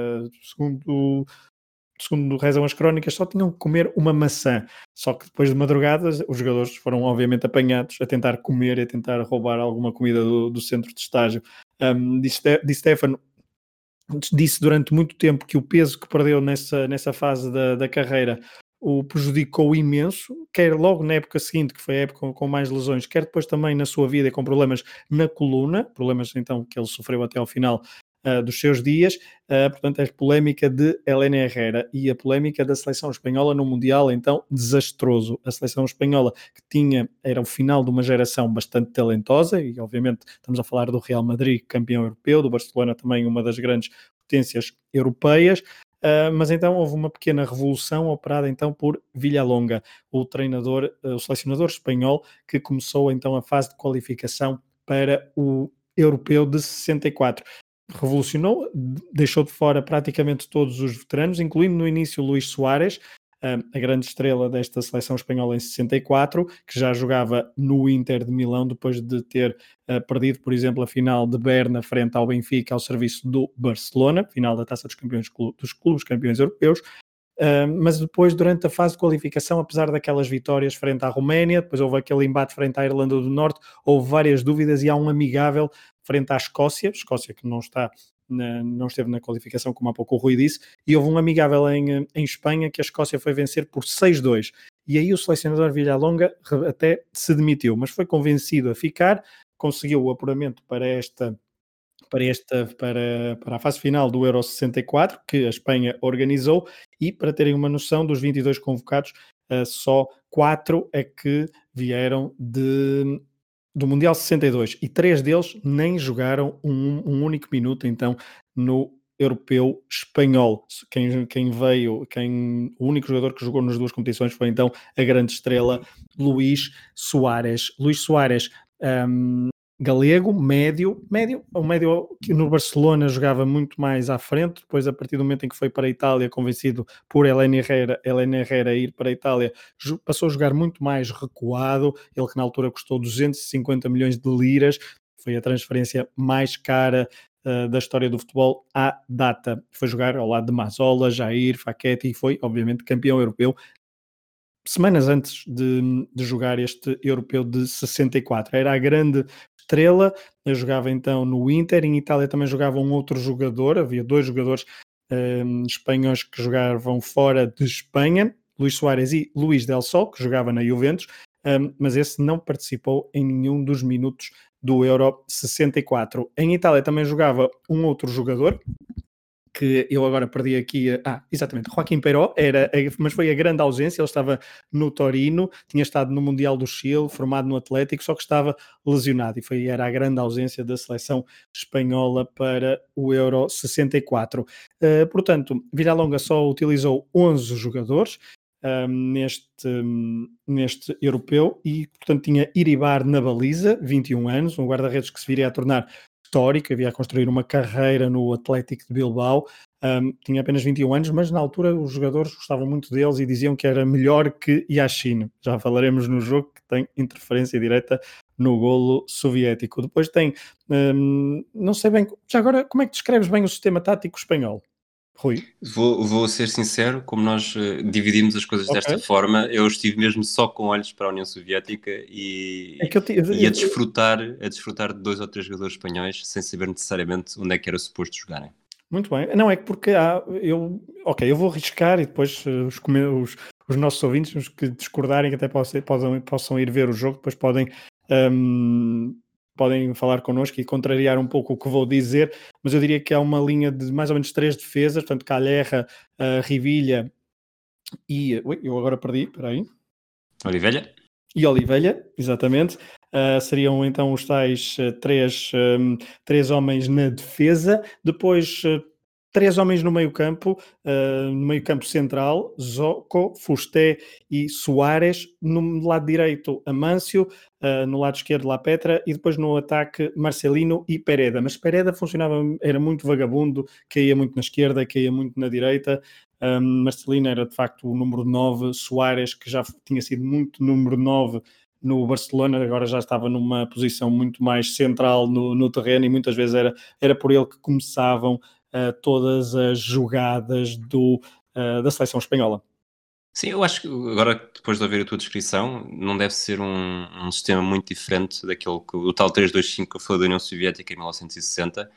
Segundo rezam as crónicas, só tinham que comer uma maçã. Só que depois de madrugada, os jogadores foram obviamente apanhados a tentar comer e a tentar roubar alguma comida do centro de estágio. Di Stéfano disse durante muito tempo que o peso que perdeu nessa fase da carreira o prejudicou imenso, quer logo na época seguinte, que foi a época com mais lesões, quer depois também na sua vida com problemas na coluna, problemas então que ele sofreu até ao final dos seus dias. Portanto, a polémica de Helénio Herrera e a polémica da seleção espanhola no Mundial, então, desastroso. A seleção espanhola era o final de uma geração bastante talentosa e, obviamente, estamos a falar do Real Madrid, campeão europeu, do Barcelona também uma das grandes potências europeias. Mas então houve uma pequena revolução operada então por Villalonga, o selecionador espanhol, que começou então a fase de qualificação para o Europeu de 64. Revolucionou, deixou de fora praticamente todos os veteranos, incluindo no início Luís Soares, a grande estrela desta seleção espanhola em 64, que já jogava no Inter de Milão depois de ter perdido, por exemplo, a final de Berna frente ao Benfica ao serviço do Barcelona, final da Taça dos Campeões dos Clubes Campeões Europeus. Mas depois, durante a fase de qualificação, apesar daquelas vitórias frente à Roménia, depois houve aquele embate frente à Irlanda do Norte, houve várias dúvidas e há um amigável frente à Escócia que não esteve na qualificação, como há pouco o Rui disse, e houve um amigável em Espanha que a Escócia foi vencer por 6-2. E aí o selecionador Villalonga até se demitiu, mas foi convencido a ficar, conseguiu o apuramento para a fase final do Euro 64, que a Espanha organizou, e para terem uma noção, dos 22 convocados, só 4 é que vieram do Mundial 62, e 3 deles nem jogaram um único minuto, então, no Europeu Espanhol. O único jogador que jogou nas duas competições foi, então, a grande estrela Luís Soares. Luís Soares, galego, médio que no Barcelona jogava muito mais à frente, depois a partir do momento em que foi para a Itália, convencido por Helénio Herrera a ir para a Itália, passou a jogar muito mais recuado, ele que na altura custou 250 milhões de liras, foi a transferência mais cara da história do futebol à data. Foi jogar ao lado de Mazzola, Jair, Facchetti e foi, obviamente, campeão europeu semanas antes de jogar este europeu de 64. Era a grande estrela, eu jogava então no Inter, em Itália também jogava um outro jogador, havia 2 jogadores espanhóis que jogavam fora de Espanha, Luís Soares e Luís Del Sol, que jogava na Juventus, mas esse não participou em nenhum dos minutos do Euro 64. Em Itália também jogava um outro jogador, que eu agora perdi aqui, exatamente, Joaquim Peiró, mas foi a grande ausência, ele estava no Torino, tinha estado no Mundial do Chile, formado no Atlético, só que estava lesionado, e era a grande ausência da seleção espanhola para o Euro 64. Portanto, Villalonga só utilizou 11 jogadores neste europeu, e portanto tinha Iribar na baliza, 21 anos, um guarda-redes que se viria a tornar histórico, havia a construir uma carreira no Atlético de Bilbao, tinha apenas 21 anos, mas na altura os jogadores gostavam muito deles e diziam que era melhor que Yashin. Já falaremos no jogo, que tem interferência direta no golo soviético. Depois tem, não sei bem, já agora, como é que descreves bem o sistema tático espanhol, Rui? Vou ser sincero, como nós dividimos as coisas Ok. desta forma, eu estive mesmo só com olhos para a União Soviética É que e a desfrutar de 2 ou 3 jogadores espanhóis sem saber necessariamente onde é que era suposto jogarem. muito bem. Não, é que porque eu vou arriscar e depois os nossos ouvintes, os que discordarem, que até possam ir ver o jogo, depois podem falar connosco e contrariar um pouco o que vou dizer, mas eu diria que há uma linha de mais ou menos 3 defesas, portanto, Calherra, Rivilla e. Ui, eu agora perdi, espera aí. Oliveira? E Oliveira, exatamente. Seriam então os tais três homens na defesa, depois 3 homens no meio campo central, Zoco, Fusté e Soares, no lado direito Amâncio, no lado esquerdo La Petra e depois no ataque Marcelino e Pereda, mas Pereda era muito vagabundo, caía muito na esquerda, caía muito na direita. Marcelino era de facto o número 9, Soares, que já tinha sido muito número 9 no Barcelona, agora já estava numa posição muito mais central no terreno e muitas vezes era por ele que começavam todas as jogadas da seleção espanhola. Sim, eu acho que agora, depois de ouvir a tua descrição, não deve ser um sistema muito diferente daquele que o tal 3-2-5 que eu falei da União Soviética em 1960,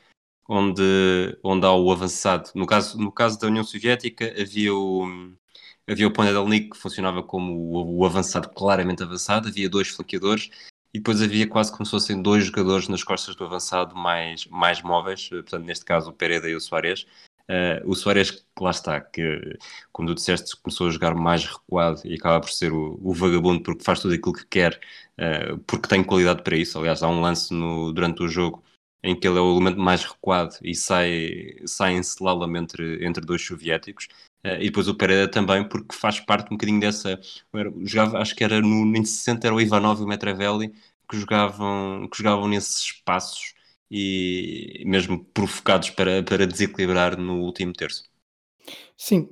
onde há o avançado. No caso da União Soviética havia o Ponedelnik que funcionava como o avançado, claramente avançado, havia 2 flanqueadores e depois havia quase como se fossem 2 jogadores nas costas do avançado mais móveis, portanto neste caso o Pereda e o Soares. O Soares, que lá está, que como tu disseste, começou a jogar mais recuado e acaba por ser o vagabundo porque faz tudo aquilo que quer, porque tem qualidade para isso. Aliás, há um lance durante o jogo em que ele é o elemento mais recuado e sai em slalom entre 2 soviéticos. E depois o Pereira também, porque faz parte um bocadinho dessa. Jogava, acho que era em 60 era o Ivanov e o Metravelli que jogavam nesses espaços e mesmo provocados para desequilibrar no último terço. Sim,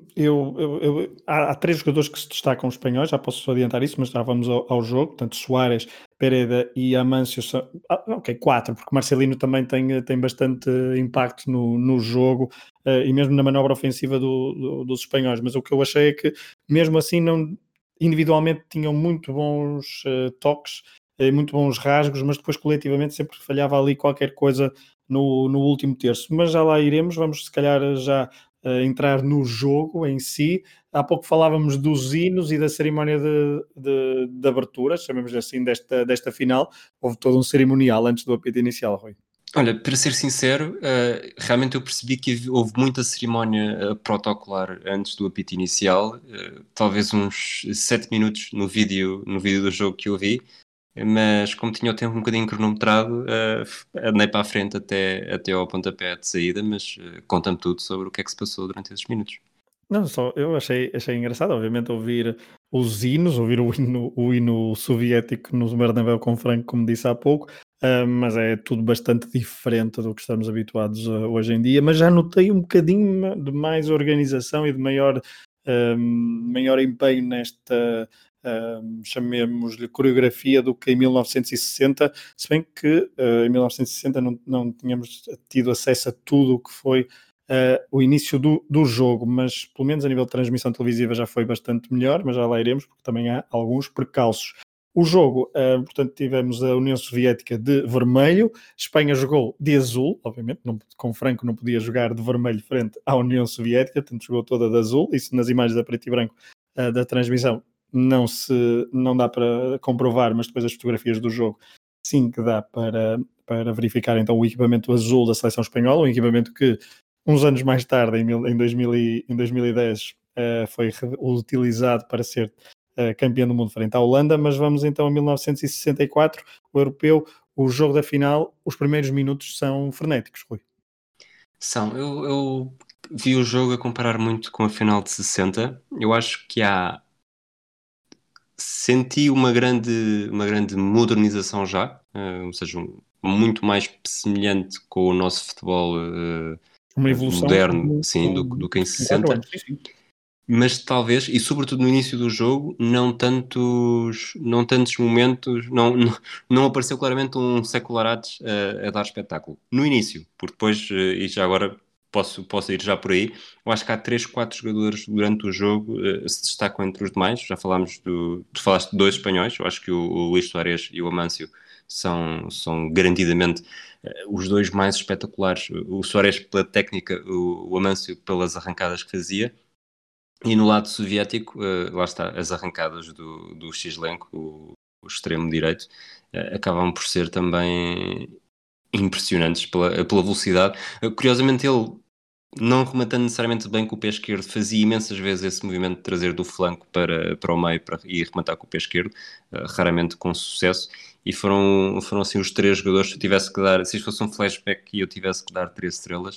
há 3 jogadores que se destacam espanhóis, já posso adiantar isso, mas já vamos ao jogo. Portanto, Soares, Pereda e Amâncio são. Ok, 4, porque Marcelino também tem bastante impacto no jogo e mesmo na manobra ofensiva dos espanhóis. Mas o que eu achei é que, mesmo assim, não, individualmente tinham muito bons toques, muito bons rasgos, mas depois coletivamente sempre falhava ali qualquer coisa no último terço. Mas já lá iremos, vamos se calhar já entrar no jogo em si. Há pouco falávamos dos hinos e da cerimónia de abertura, chamemos assim, desta final. Houve todo um cerimonial antes do apito inicial, Rui. Olha, para ser sincero, realmente eu percebi que houve muita cerimónia protocolar antes do apito inicial, talvez uns 7 minutos no vídeo do jogo que eu vi, mas como tinha o tempo um bocadinho cronometrado, andei para a frente até ao pontapé de saída, mas conta-me tudo sobre o que é que se passou durante esses minutos. Não, só eu achei engraçado, obviamente, ouvir os hinos, ouvir o hino soviético no Bernabéu com Franco, como disse há pouco, mas é tudo bastante diferente do que estamos habituados hoje em dia. Mas já notei um bocadinho de mais organização e de maior empenho nesta, chamemos-lhe coreografia, do que em 1960, se bem que em 1960 não tínhamos tido acesso a tudo o que foi o início do jogo, mas pelo menos a nível de transmissão televisiva já foi bastante melhor, mas já lá iremos, porque também há alguns percalços. O jogo, portanto, tivemos a União Soviética de vermelho, Espanha jogou de azul, obviamente, com Franco não podia jogar de vermelho frente à União Soviética, portanto jogou toda de azul, isso nas imagens da preto e branco da transmissão não dá para comprovar, mas depois as fotografias do jogo sim que dá para verificar então o equipamento azul da seleção espanhola, um equipamento que uns anos mais tarde, em 2010, foi utilizado para ser campeão do mundo frente à Holanda, mas vamos então a 1964, o europeu, o jogo da final, os primeiros minutos são frenéticos, Rui. Eu vi o jogo a comparar muito com a final de 60. Eu acho que senti uma grande modernização já, ou seja, muito mais semelhante com o nosso futebol Uma evolução moderno, sim, do que em em 4 60. anos. Sim, sim. Mas talvez, e sobretudo no início do jogo, não tantos momentos, não apareceu claramente um Seculares a dar espetáculo. No início, porque depois, e já agora posso ir já por aí, eu acho que há 3, 4 jogadores durante o jogo se destacam entre os demais. Já falámos tu falaste de 2 espanhóis, eu acho que o Luís Soares e o Amâncio são garantidamente os 2 mais espetaculares. O Soares pela técnica, o Amâncio pelas arrancadas que fazia. E no lado soviético, lá está, as arrancadas do Xlenko, o extremo direito, acabam por ser também impressionantes pela velocidade. Curiosamente, ele, não rematando necessariamente bem com o pé esquerdo, fazia imensas vezes esse movimento de trazer do flanco para o meio e rematar com o pé esquerdo, raramente com sucesso. E foram assim os 3 jogadores. Se eu tivesse que dar, se isto fosse um flashback e eu tivesse que dar 3 estrelas,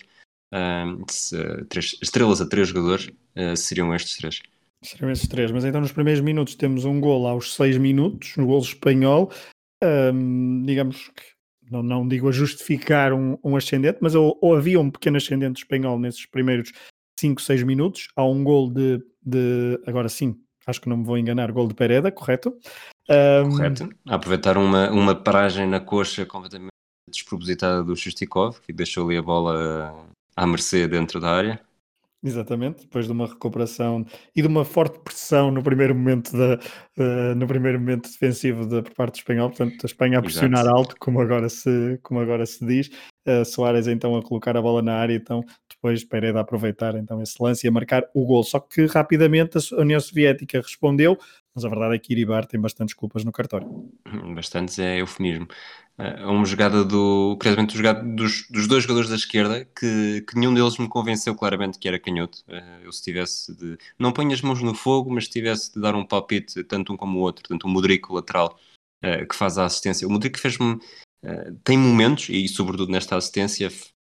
3 estrelas a 3 jogadores, seriam estes 3. Seriam esses 3. Mas então nos primeiros minutos temos um gol aos 6 minutos, um gol espanhol. Digamos que, não digo a justificar um ascendente, mas ou havia um pequeno ascendente espanhol nesses primeiros 5, 6 minutos. Há um gol agora sim, acho que não me vou enganar, gol de Pereda, correto? Correto. A aproveitar uma paragem na coxa completamente despropositada do Shostikov, que deixou ali a bola à mercê dentro da área. Exatamente, depois de uma recuperação e de uma forte pressão no primeiro momento, no primeiro momento defensivo por parte do espanhol, portanto a Espanha a pressionar Exato. alto, como agora se diz, Soares então a colocar a bola na área, então depois Pereda a aproveitar então esse lance e a marcar o gol, só que rapidamente a União Soviética respondeu, mas a verdade é que Iribar tem bastantes culpas no cartório. Bastantes é eufemismo. Uma jogada curiosamente, dos 2 jogadores da esquerda, que nenhum deles me convenceu claramente que era canhoto. Eu se tivesse de. Não ponho as mãos no fogo, mas se tivesse de dar um palpite, tanto um como o outro, tanto o Modric, o lateral, que faz a assistência. O Modric fez-me. Tem momentos, e sobretudo nesta assistência,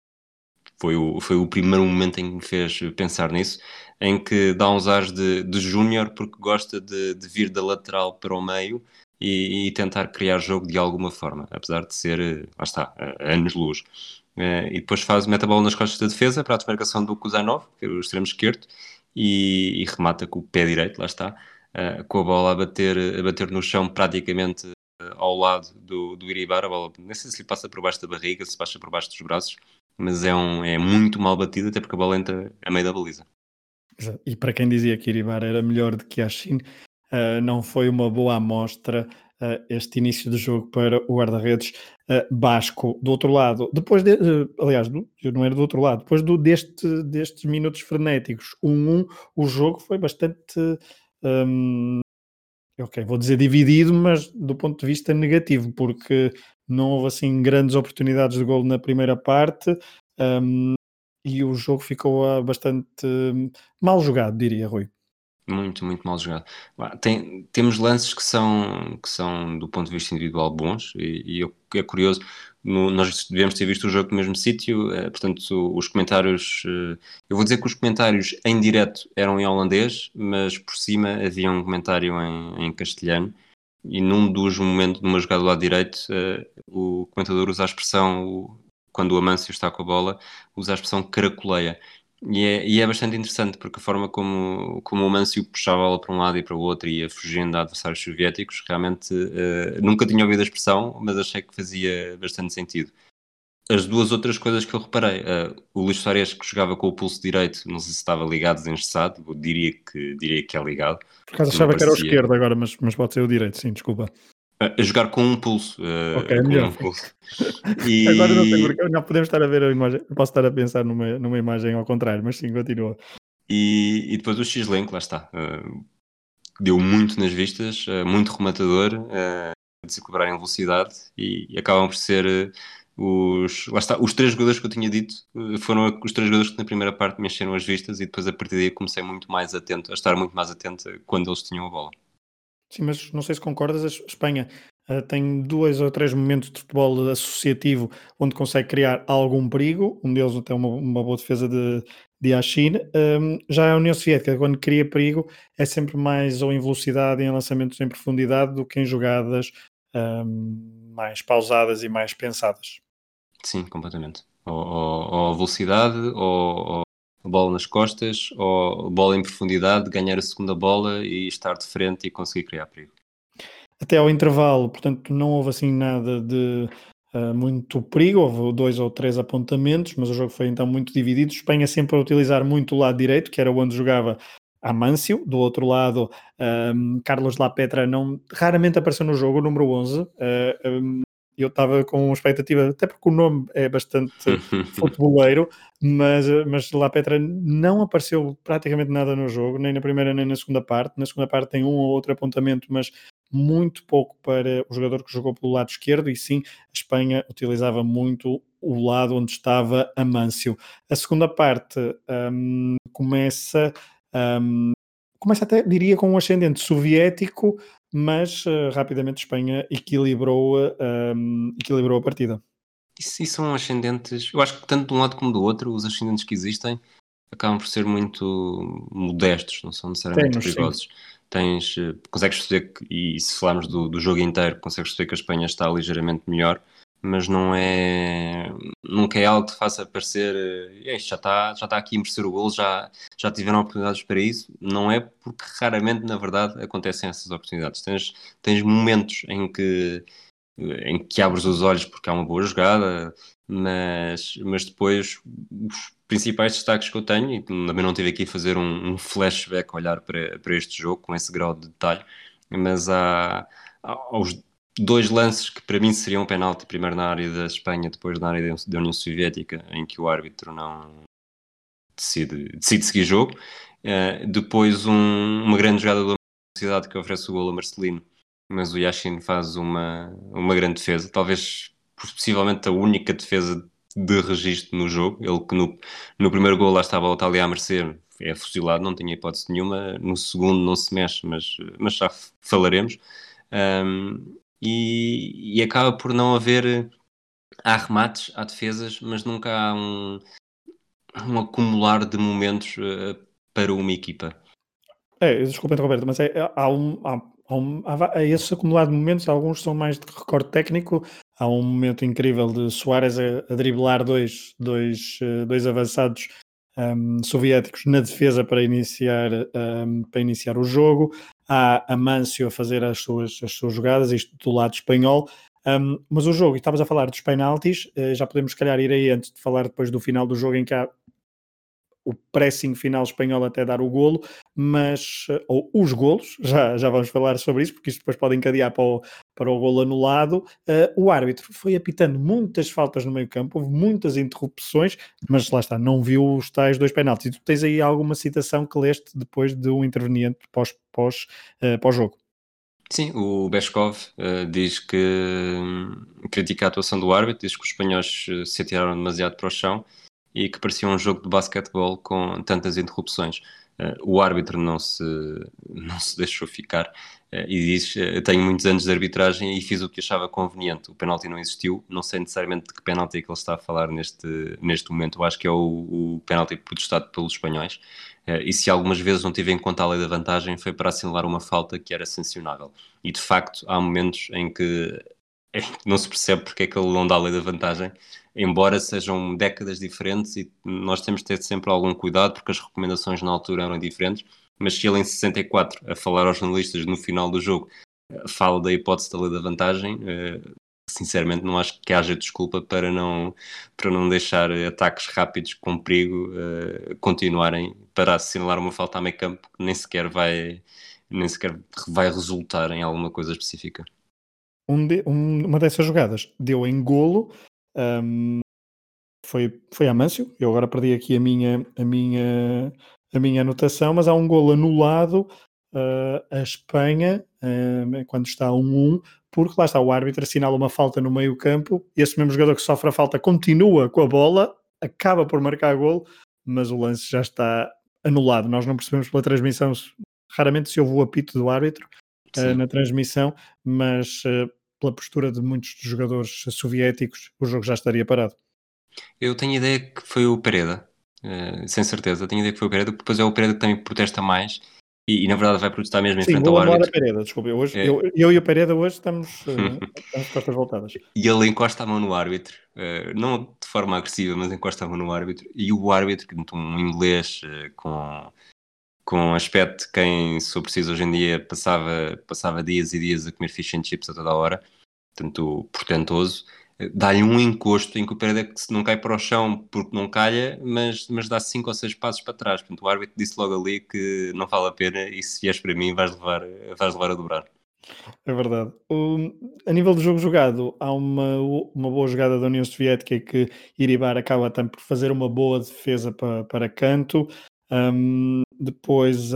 foi o primeiro momento em que me fez pensar nisso, em que dá uns ares de júnior, porque gosta de vir da lateral para o meio e tentar criar jogo de alguma forma, apesar de ser, lá está, anos-luz. E depois mete a bola nas costas da defesa para a desmarcação do Kuzanov, que é o extremo esquerdo, e remata com o pé direito, lá está, com a bola a bater no chão praticamente ao lado do Iribar. A bola, não sei se lhe passa por baixo da barriga, se passa por baixo dos braços, mas é muito mal batido, até porque a bola entra a meio da baliza. Exato. E para quem dizia que Iribar era melhor do que Yashin, não foi uma boa amostra este início de jogo para o guarda-redes basco. Do outro lado, aliás, não era do outro lado, depois destes minutos frenéticos, 1-1, o jogo foi bastante, ok, vou dizer dividido, mas do ponto de vista negativo, porque não houve assim grandes oportunidades de golo na primeira parte. hum, e o jogo ficou bastante mal jogado, diria Rui. Muito, muito mal jogado. Temos lances que são, do ponto de vista individual, bons, é curioso. Nós devemos ter visto o jogo no mesmo sítio, portanto, os comentários. Eu vou dizer que os comentários em direto eram em holandês, mas por cima havia um comentário em castelhano. E num dos momentos, numa jogada do lado direito, o comentador usa a expressão, quando o Amâncio está com a bola, usa a expressão caracoleia. E é bastante interessante porque a forma como o Amâncio puxava a bola para um lado e para o outro e ia fugindo a adversários soviéticos, realmente nunca tinha ouvido a expressão, mas achei que fazia bastante sentido. As 2 outras coisas que eu reparei, o Luís Soares, que jogava com o pulso direito, não sei se estava ligado, desengesado, eu diria que é ligado, Por acaso não achava que era o parecia. esquerdo agora, mas pode ser o direito, sim, desculpa. A jogar com um pulso, Ok, é com melhor. um pulso. Agora não sei E, porque, não podemos estar a ver a imagem, eu posso estar a pensar numa imagem ao contrário, mas sim, continua. e depois o X-Link, lá está, deu muito nas vistas, muito rematador, desequilibrar em velocidade e acabam por ser lá está, os 3 jogadores que eu tinha dito foram os 3 jogadores que na primeira parte me encheram as vistas e depois a partir daí comecei muito mais atento, a estar muito mais atento quando eles tinham a bola. Sim, mas não sei se concordas, a Espanha tem 2 ou 3 momentos de futebol associativo onde consegue criar algum perigo, um deles até uma boa defesa de Yashin. Já a União Soviética, quando cria perigo, é sempre mais ou em velocidade, em lançamentos em profundidade, do que em jogadas mais pausadas e mais pensadas. Sim, completamente. Ou velocidade, ou bola nas costas, ou bola em profundidade, ganhar a segunda bola e estar de frente e conseguir criar perigo. Até ao intervalo, portanto, não houve assim nada de muito perigo, houve 2 ou 3 apontamentos, mas o jogo foi então muito dividido. Espanha sempre a utilizar muito o lado direito, que era onde jogava Amâncio. Do outro lado, Carlos Lapetra raramente apareceu no jogo, o número 11. Eu estava com expectativa, até porque o nome é bastante futeboleiro, mas Lapetra não apareceu praticamente nada no jogo, nem na primeira nem na segunda parte. Na segunda parte tem um ou outro apontamento, mas muito pouco para o jogador que jogou pelo lado esquerdo, e sim, a Espanha utilizava muito o lado onde estava Amâncio. A segunda parte começa até, diria, com um ascendente soviético, mas rapidamente Espanha equilibrou a partida. E são ascendentes, eu acho que tanto de um lado como do outro, os ascendentes que existem acabam por ser muito modestos, não são necessariamente Temos, sim. perigosos. Consegues perceber que, e se falarmos do jogo inteiro, consegues perceber que a Espanha está ligeiramente melhor, mas nunca é algo que te faça parecer, isto já está aqui a merecer o golo, já tiveram oportunidades para isso. Não é, porque raramente, na verdade, acontecem essas oportunidades. Tens momentos em que abres os olhos porque há uma boa jogada, mas depois os principais destaques que eu tenho, e também não tive aqui a fazer um flashback, olhar para este jogo com esse grau de detalhe, mas há os dois lances que para mim seriam um penalti, primeiro na área da Espanha, depois na área da União Soviética, em que o árbitro não decide seguir jogo. Depois uma grande jogada da Universidade que oferece o golo a Marcelino, mas o Yashin faz uma grande defesa, talvez possivelmente a única defesa de registro no jogo. Ele que no primeiro gol lá estava o Itália a merecer, é fuzilado, não tinha hipótese nenhuma. No segundo não se mexe, mas já falaremos. E acaba por não haver. Há remates, há defesas, mas nunca há um acumular de momentos para uma equipa. Desculpa interromper, mas há esse acumulado de momentos, alguns são mais de recorde técnico. Há um momento incrível de Suárez a driblar dois avançados soviéticos na defesa para iniciar o jogo. Há Amâncio a fazer as suas jogadas, isto do lado espanhol. Mas o jogo, e estavas a falar dos penaltis, já podemos, se calhar, ir aí antes de falar depois do final do jogo, em que há o pressing final espanhol até dar o golo, ou os golos, já vamos falar sobre isso, porque isto depois pode encadear para o golo anulado. O árbitro foi apitando muitas faltas no meio campo, houve muitas interrupções, mas lá está, não viu os tais dois penaltis. E tu tens aí alguma citação que leste depois de um interveniente pós-jogo? Sim, o Beskov diz que critica a atuação do árbitro, diz que os espanhóis se atiraram demasiado para o chão e que parecia um jogo de basquetebol com tantas interrupções. O árbitro não se deixou ficar e diz: tenho muitos anos de arbitragem e fiz o que achava conveniente. O penalti não existiu, não sei necessariamente de que penalti é que ele está a falar neste momento. Eu acho que é o penalti protestado pelos espanhóis. E se algumas vezes não tive em conta a lei da vantagem, foi para assinalar uma falta que era sancionável. E de facto, há momentos em que não se percebe porque é que ele não dá a lei da vantagem, embora sejam décadas diferentes e nós temos de ter sempre algum cuidado porque as recomendações na altura eram diferentes. Mas se ele em 64, a falar aos jornalistas no final do jogo, fala da hipótese da lei da vantagem, sinceramente não acho que haja desculpa para não deixar ataques rápidos com perigo continuarem para assinalar uma falta a meio campo que nem sequer vai resultar em alguma coisa específica. Uma dessas jogadas deu em golo, um, foi Amâncio. Eu agora perdi aqui a minha anotação, mas há um golo anulado a Espanha quando está 1-1, porque lá está, o árbitro assinala uma falta no meio campo, e esse mesmo jogador que sofre a falta continua com a bola, acaba por marcar golo, mas o lance já está anulado. Nós não percebemos pela transmissão, raramente se ouve o apito do árbitro Sim. na transmissão, mas pela postura de muitos dos jogadores soviéticos, o jogo já estaria parado. Eu tenho a ideia que foi o Pereda, sem certeza. Tenho a ideia que foi o Pereda, porque depois é o Pereda que também protesta mais E na verdade vai protestar mesmo em Sim, frente vou ao anular a árbitro. Pereira, desculpa, eh, eu e o Pereira hoje estamos de costas voltadas. E ele encosta a mão no árbitro, não de forma agressiva, mas encosta a mão no árbitro. E o árbitro, que é um inglês com aspecto de quem, se for preciso, hoje em dia passava dias e dias a comer fish and chips a toda a hora, portanto, portentoso, dá-lhe um encosto em que o Pereira não cai para o chão porque não calha, mas dá 5 ou 6 passos para trás. Portanto, o árbitro disse logo ali que não vale a pena e se vieres para mim vais levar a dobrar. É verdade. A nível do jogo jogado, há uma boa jogada da União Soviética em que Iribar acaba também por fazer uma boa defesa para canto. Depois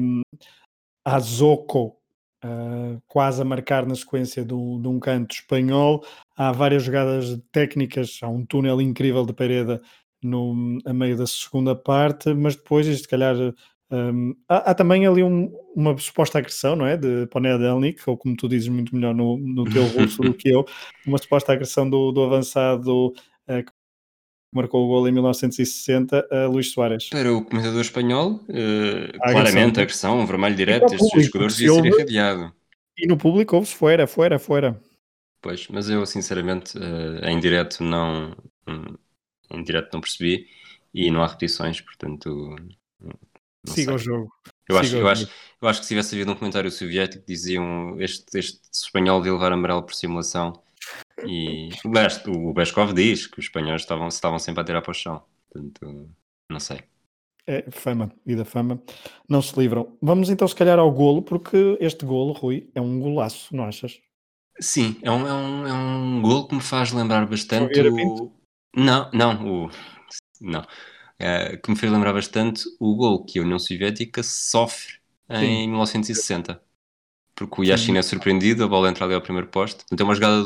há Zoco quase a marcar na sequência de um canto espanhol. Há várias jogadas técnicas, há um túnel incrível de Pereda a meio da segunda parte, mas depois, isto, se calhar, há também ali uma suposta agressão, não é? De Ponedelnik, ou como tu dizes muito melhor no teu russo do que eu, uma suposta agressão do avançado que marcou o gol em 1960, Luís Soares. Para o comentador espanhol, A agressão, claramente, não é? agressão, um vermelho E para direto, o este público, jogador que devia se ser ouve, irradiado. e no público ouve-se fora, fora, fora. Pois, mas eu sinceramente em direto hum, em direto não percebi e não há repetições, portanto não Siga sei. o jogo, Eu acho, siga o eu acho, jogo. eu acho que se tivesse havido um comentário soviético diziam este espanhol devia levar amarelo por simulação e o Beskov diz que os espanhóis estavam sempre a tirar para o chão, portanto não sei. É fama, e da fama não se livram. Vamos então, se calhar, ao golo, porque este golo, Rui, é um golaço, não achas? Sim, é um gol que me faz lembrar João bastante Vieira Pinto? o. Não, não, não. Que me fez lembrar bastante o gol que a União Soviética sofre Sim, em 1960. Porque o sim. Yashin é surpreendido, a bola entra ali ao primeiro poste. Portanto, é uma jogada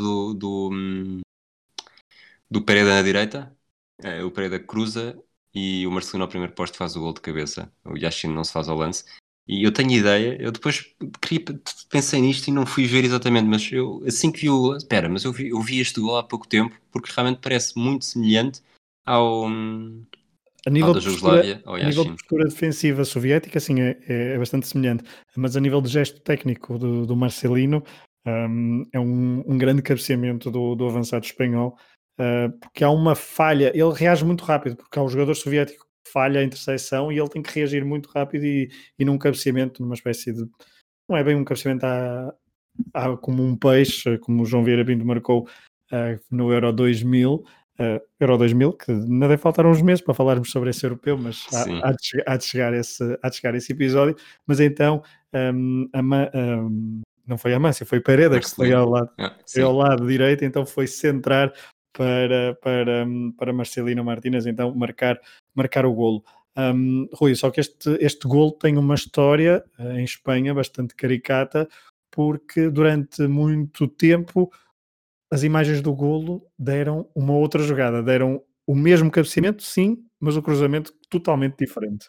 do Pereira na direita, o Pereira cruza e o Marcelino ao primeiro poste faz o gol de cabeça. O Yashin não se faz ao lance. E eu tenho ideia, eu depois pensei nisto e não fui ver exatamente, mas eu assim que vi o gol, espera, mas eu vi este gol há pouco tempo porque realmente parece muito semelhante ao, A ao nível da de postura, Jugoslávia, ao a nível de Yashin. postura defensiva soviética, sim, é bastante semelhante, mas a nível de gesto técnico do Marcelino, é um grande cabeceamento do avançado espanhol, porque há uma falha, ele reage muito rápido, porque há um jogador soviético que falha a interseção e ele tem que reagir muito rápido e num cabeceamento, numa espécie de, não é bem um cabeceamento como um peixe, como o João Vieira Pinto marcou no Euro 2000, que ainda deve faltar uns meses para falarmos sobre esse europeu, mas Sim, há de chegar esse episódio. Mas então, não foi a Amância, foi Pereda que foi ao Marcelino. lado, foi ao Sim, lado direito, então foi centrar para Marcelino Martínez, então marcar o golo. Rui, só que este golo tem uma história em Espanha bastante caricata, porque durante muito tempo as imagens do golo deram uma outra jogada, deram o mesmo cabeceamento, sim, mas o cruzamento totalmente diferente.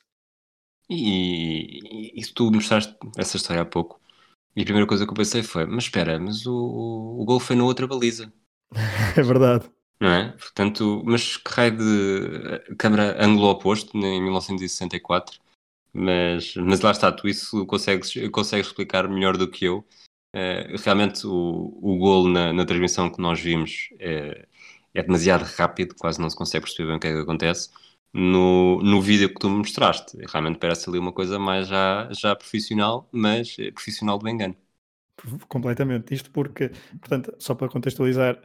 e tu mostraste essa história há pouco. E a primeira coisa que eu pensei foi: mas espera, mas o gol foi na outra baliza, É verdade. não é? Portanto, mas que raio de câmara ângulo oposto em 1964? Mas lá está, tu isso consegues explicar melhor do que eu. Realmente o golo na transmissão que nós vimos é demasiado rápido, quase não se consegue perceber bem o que é que acontece. No vídeo que tu me mostraste, realmente parece ali uma coisa mais já profissional, mas profissional do engano. Completamente. Isto porque, portanto, só para contextualizar,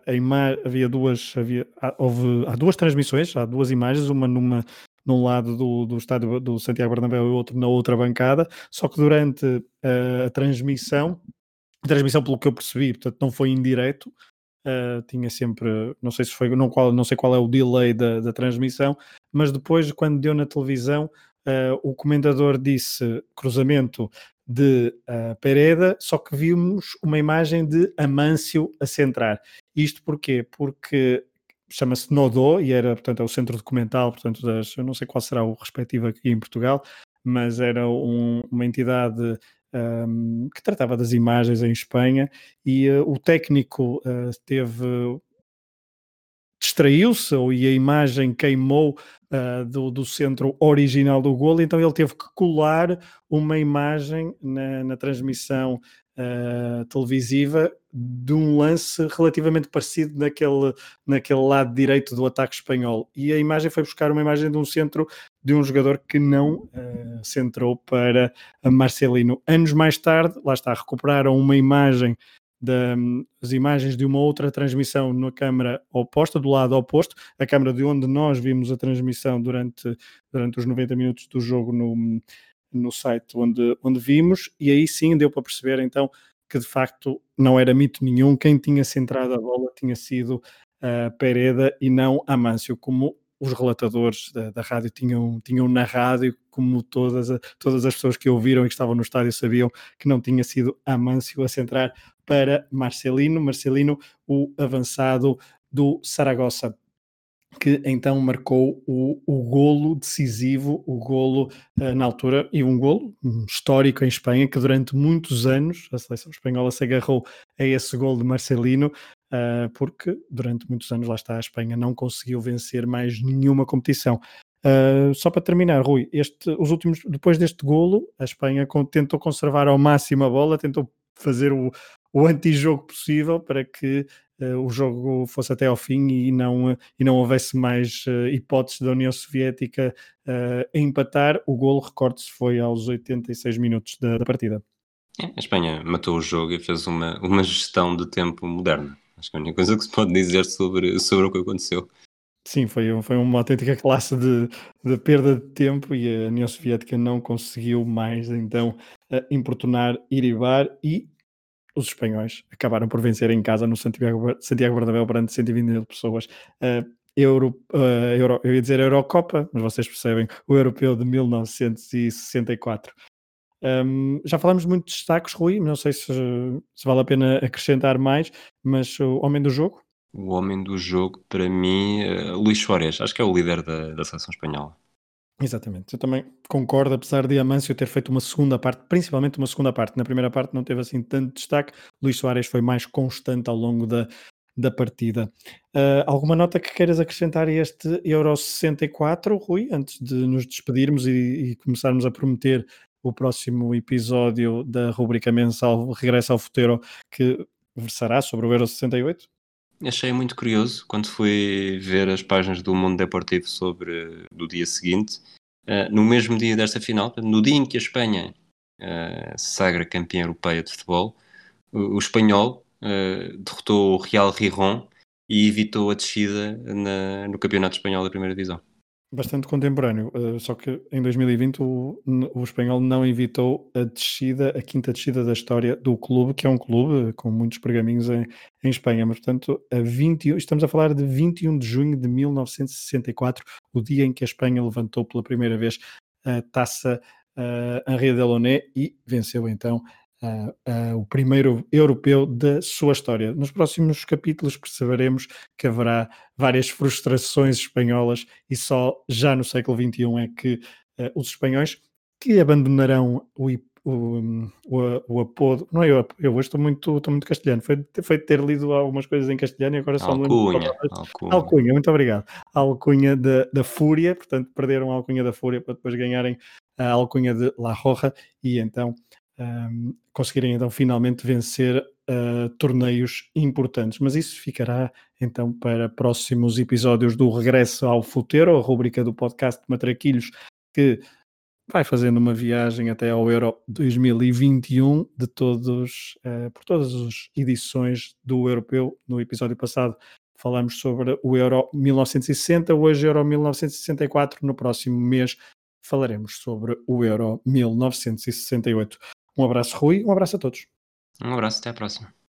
há duas transmissões, há duas imagens, uma num lado do estádio do Santiago Bernabéu e outro na outra bancada, só que durante a transmissão, pelo que eu percebi, portanto, não foi em direto, tinha sempre, não sei se foi, não sei qual é o delay da transmissão, mas depois, quando deu na televisão, o comentador disse cruzamento de Pereda, só que vimos uma imagem de Amâncio a centrar. Isto porquê? Porque chama-se Nodó e era, portanto, é o centro documental, portanto, eu não sei qual será o respectivo aqui em Portugal, mas era uma entidade que tratava das imagens em Espanha e o técnico distraiu-se e a imagem queimou do centro original do golo, então ele teve que colar uma imagem na transmissão televisiva de um lance relativamente parecido naquele lado direito do ataque espanhol, e a imagem foi buscar uma imagem de um centro de um jogador que não centrou para Marcelino. Anos mais tarde, lá está, recuperaram uma imagem das imagens de uma outra transmissão na câmara oposta, do lado oposto, a câmara de onde nós vimos a transmissão durante os 90 minutos do jogo no site onde vimos, e aí sim deu para perceber então que de facto não era mito nenhum, quem tinha centrado a bola tinha sido Pereda e não Amâncio, como os relatadores da rádio tinham narrado, e como todas as pessoas que ouviram e que estavam no estádio sabiam que não tinha sido Amâncio a centrar para Marcelino, o avançado do Saragossa, que então marcou o golo decisivo, o golo na altura, e um golo histórico em Espanha, que durante muitos anos a seleção espanhola se agarrou a esse golo de Marcelino, porque durante muitos anos, lá está, a Espanha não conseguiu vencer mais nenhuma competição. Só para terminar, Rui, depois deste golo, a Espanha tentou conservar ao máximo a bola, tentou fazer o antijogo possível para que o jogo fosse até ao fim e não houvesse mais hipóteses da União Soviética empatar. O golo, recorde-se, foi aos 86 minutos da partida. A Espanha matou o jogo e fez uma gestão de tempo moderna. Acho que é a única coisa que se pode dizer sobre o que aconteceu. Sim, foi uma autêntica classe de perda de tempo, e a União Soviética não conseguiu mais então importunar Iribar, e os espanhóis acabaram por vencer em casa no Santiago Bernabéu perante 120 mil pessoas. Eu ia dizer Eurocopa, mas vocês percebem, o Europeu de 1964. Já falamos muito de destaques, Rui, não sei se vale a pena acrescentar mais, mas o homem do jogo? O homem do jogo, para mim, Luís Suárez, acho que é o líder da seleção espanhola. Exatamente, eu também concordo, apesar de Amâncio ter feito uma segunda parte, principalmente uma segunda parte. Na primeira parte não teve assim tanto destaque, Luís Suárez foi mais constante ao longo da partida. Alguma nota que queiras acrescentar a este Euro 64, Rui, antes de nos despedirmos e começarmos a prometer o próximo episódio da rubrica mensal Regresso ao Futeiro, que versará sobre o Euro 68? Achei muito curioso quando fui ver as páginas do Mundo Deportivo do dia seguinte, no mesmo dia desta final, no dia em que a Espanha se sagra campeã europeia de futebol, o espanhol derrotou o Real Gijón e evitou a descida no Campeonato Espanhol da Primeira Divisão. Bastante contemporâneo, só que em 2020 o espanhol não evitou a quinta descida da história do clube, que é um clube com muitos pergaminhos em Espanha, mas portanto estamos a falar de 21 de junho de 1964, o dia em que a Espanha levantou pela primeira vez a taça Henri Delaunay e venceu então o primeiro europeu da sua história. Nos próximos capítulos perceberemos que haverá várias frustrações espanholas, e só já no século XXI é que os espanhóis, que abandonarão o apodo, não é eu hoje estou muito castelhano, foi ter lido algumas coisas em castelhano e agora só me lembro de Alcunha. alcunha, muito obrigado. A alcunha da Fúria, portanto perderam a alcunha da Fúria para depois ganharem a alcunha de La Roja, e então conseguirem então finalmente vencer torneios importantes, mas isso ficará então para próximos episódios do Regresso ao Futeiro, a rubrica do podcast de Matraquilhos, que vai fazendo uma viagem até ao Euro 2021 por todas as edições do Europeu. No episódio passado falamos sobre o Euro 1960, hoje Euro 1964, no próximo mês falaremos sobre o Euro 1968. Um abraço, Rui, um abraço a todos. Um abraço, até à próxima.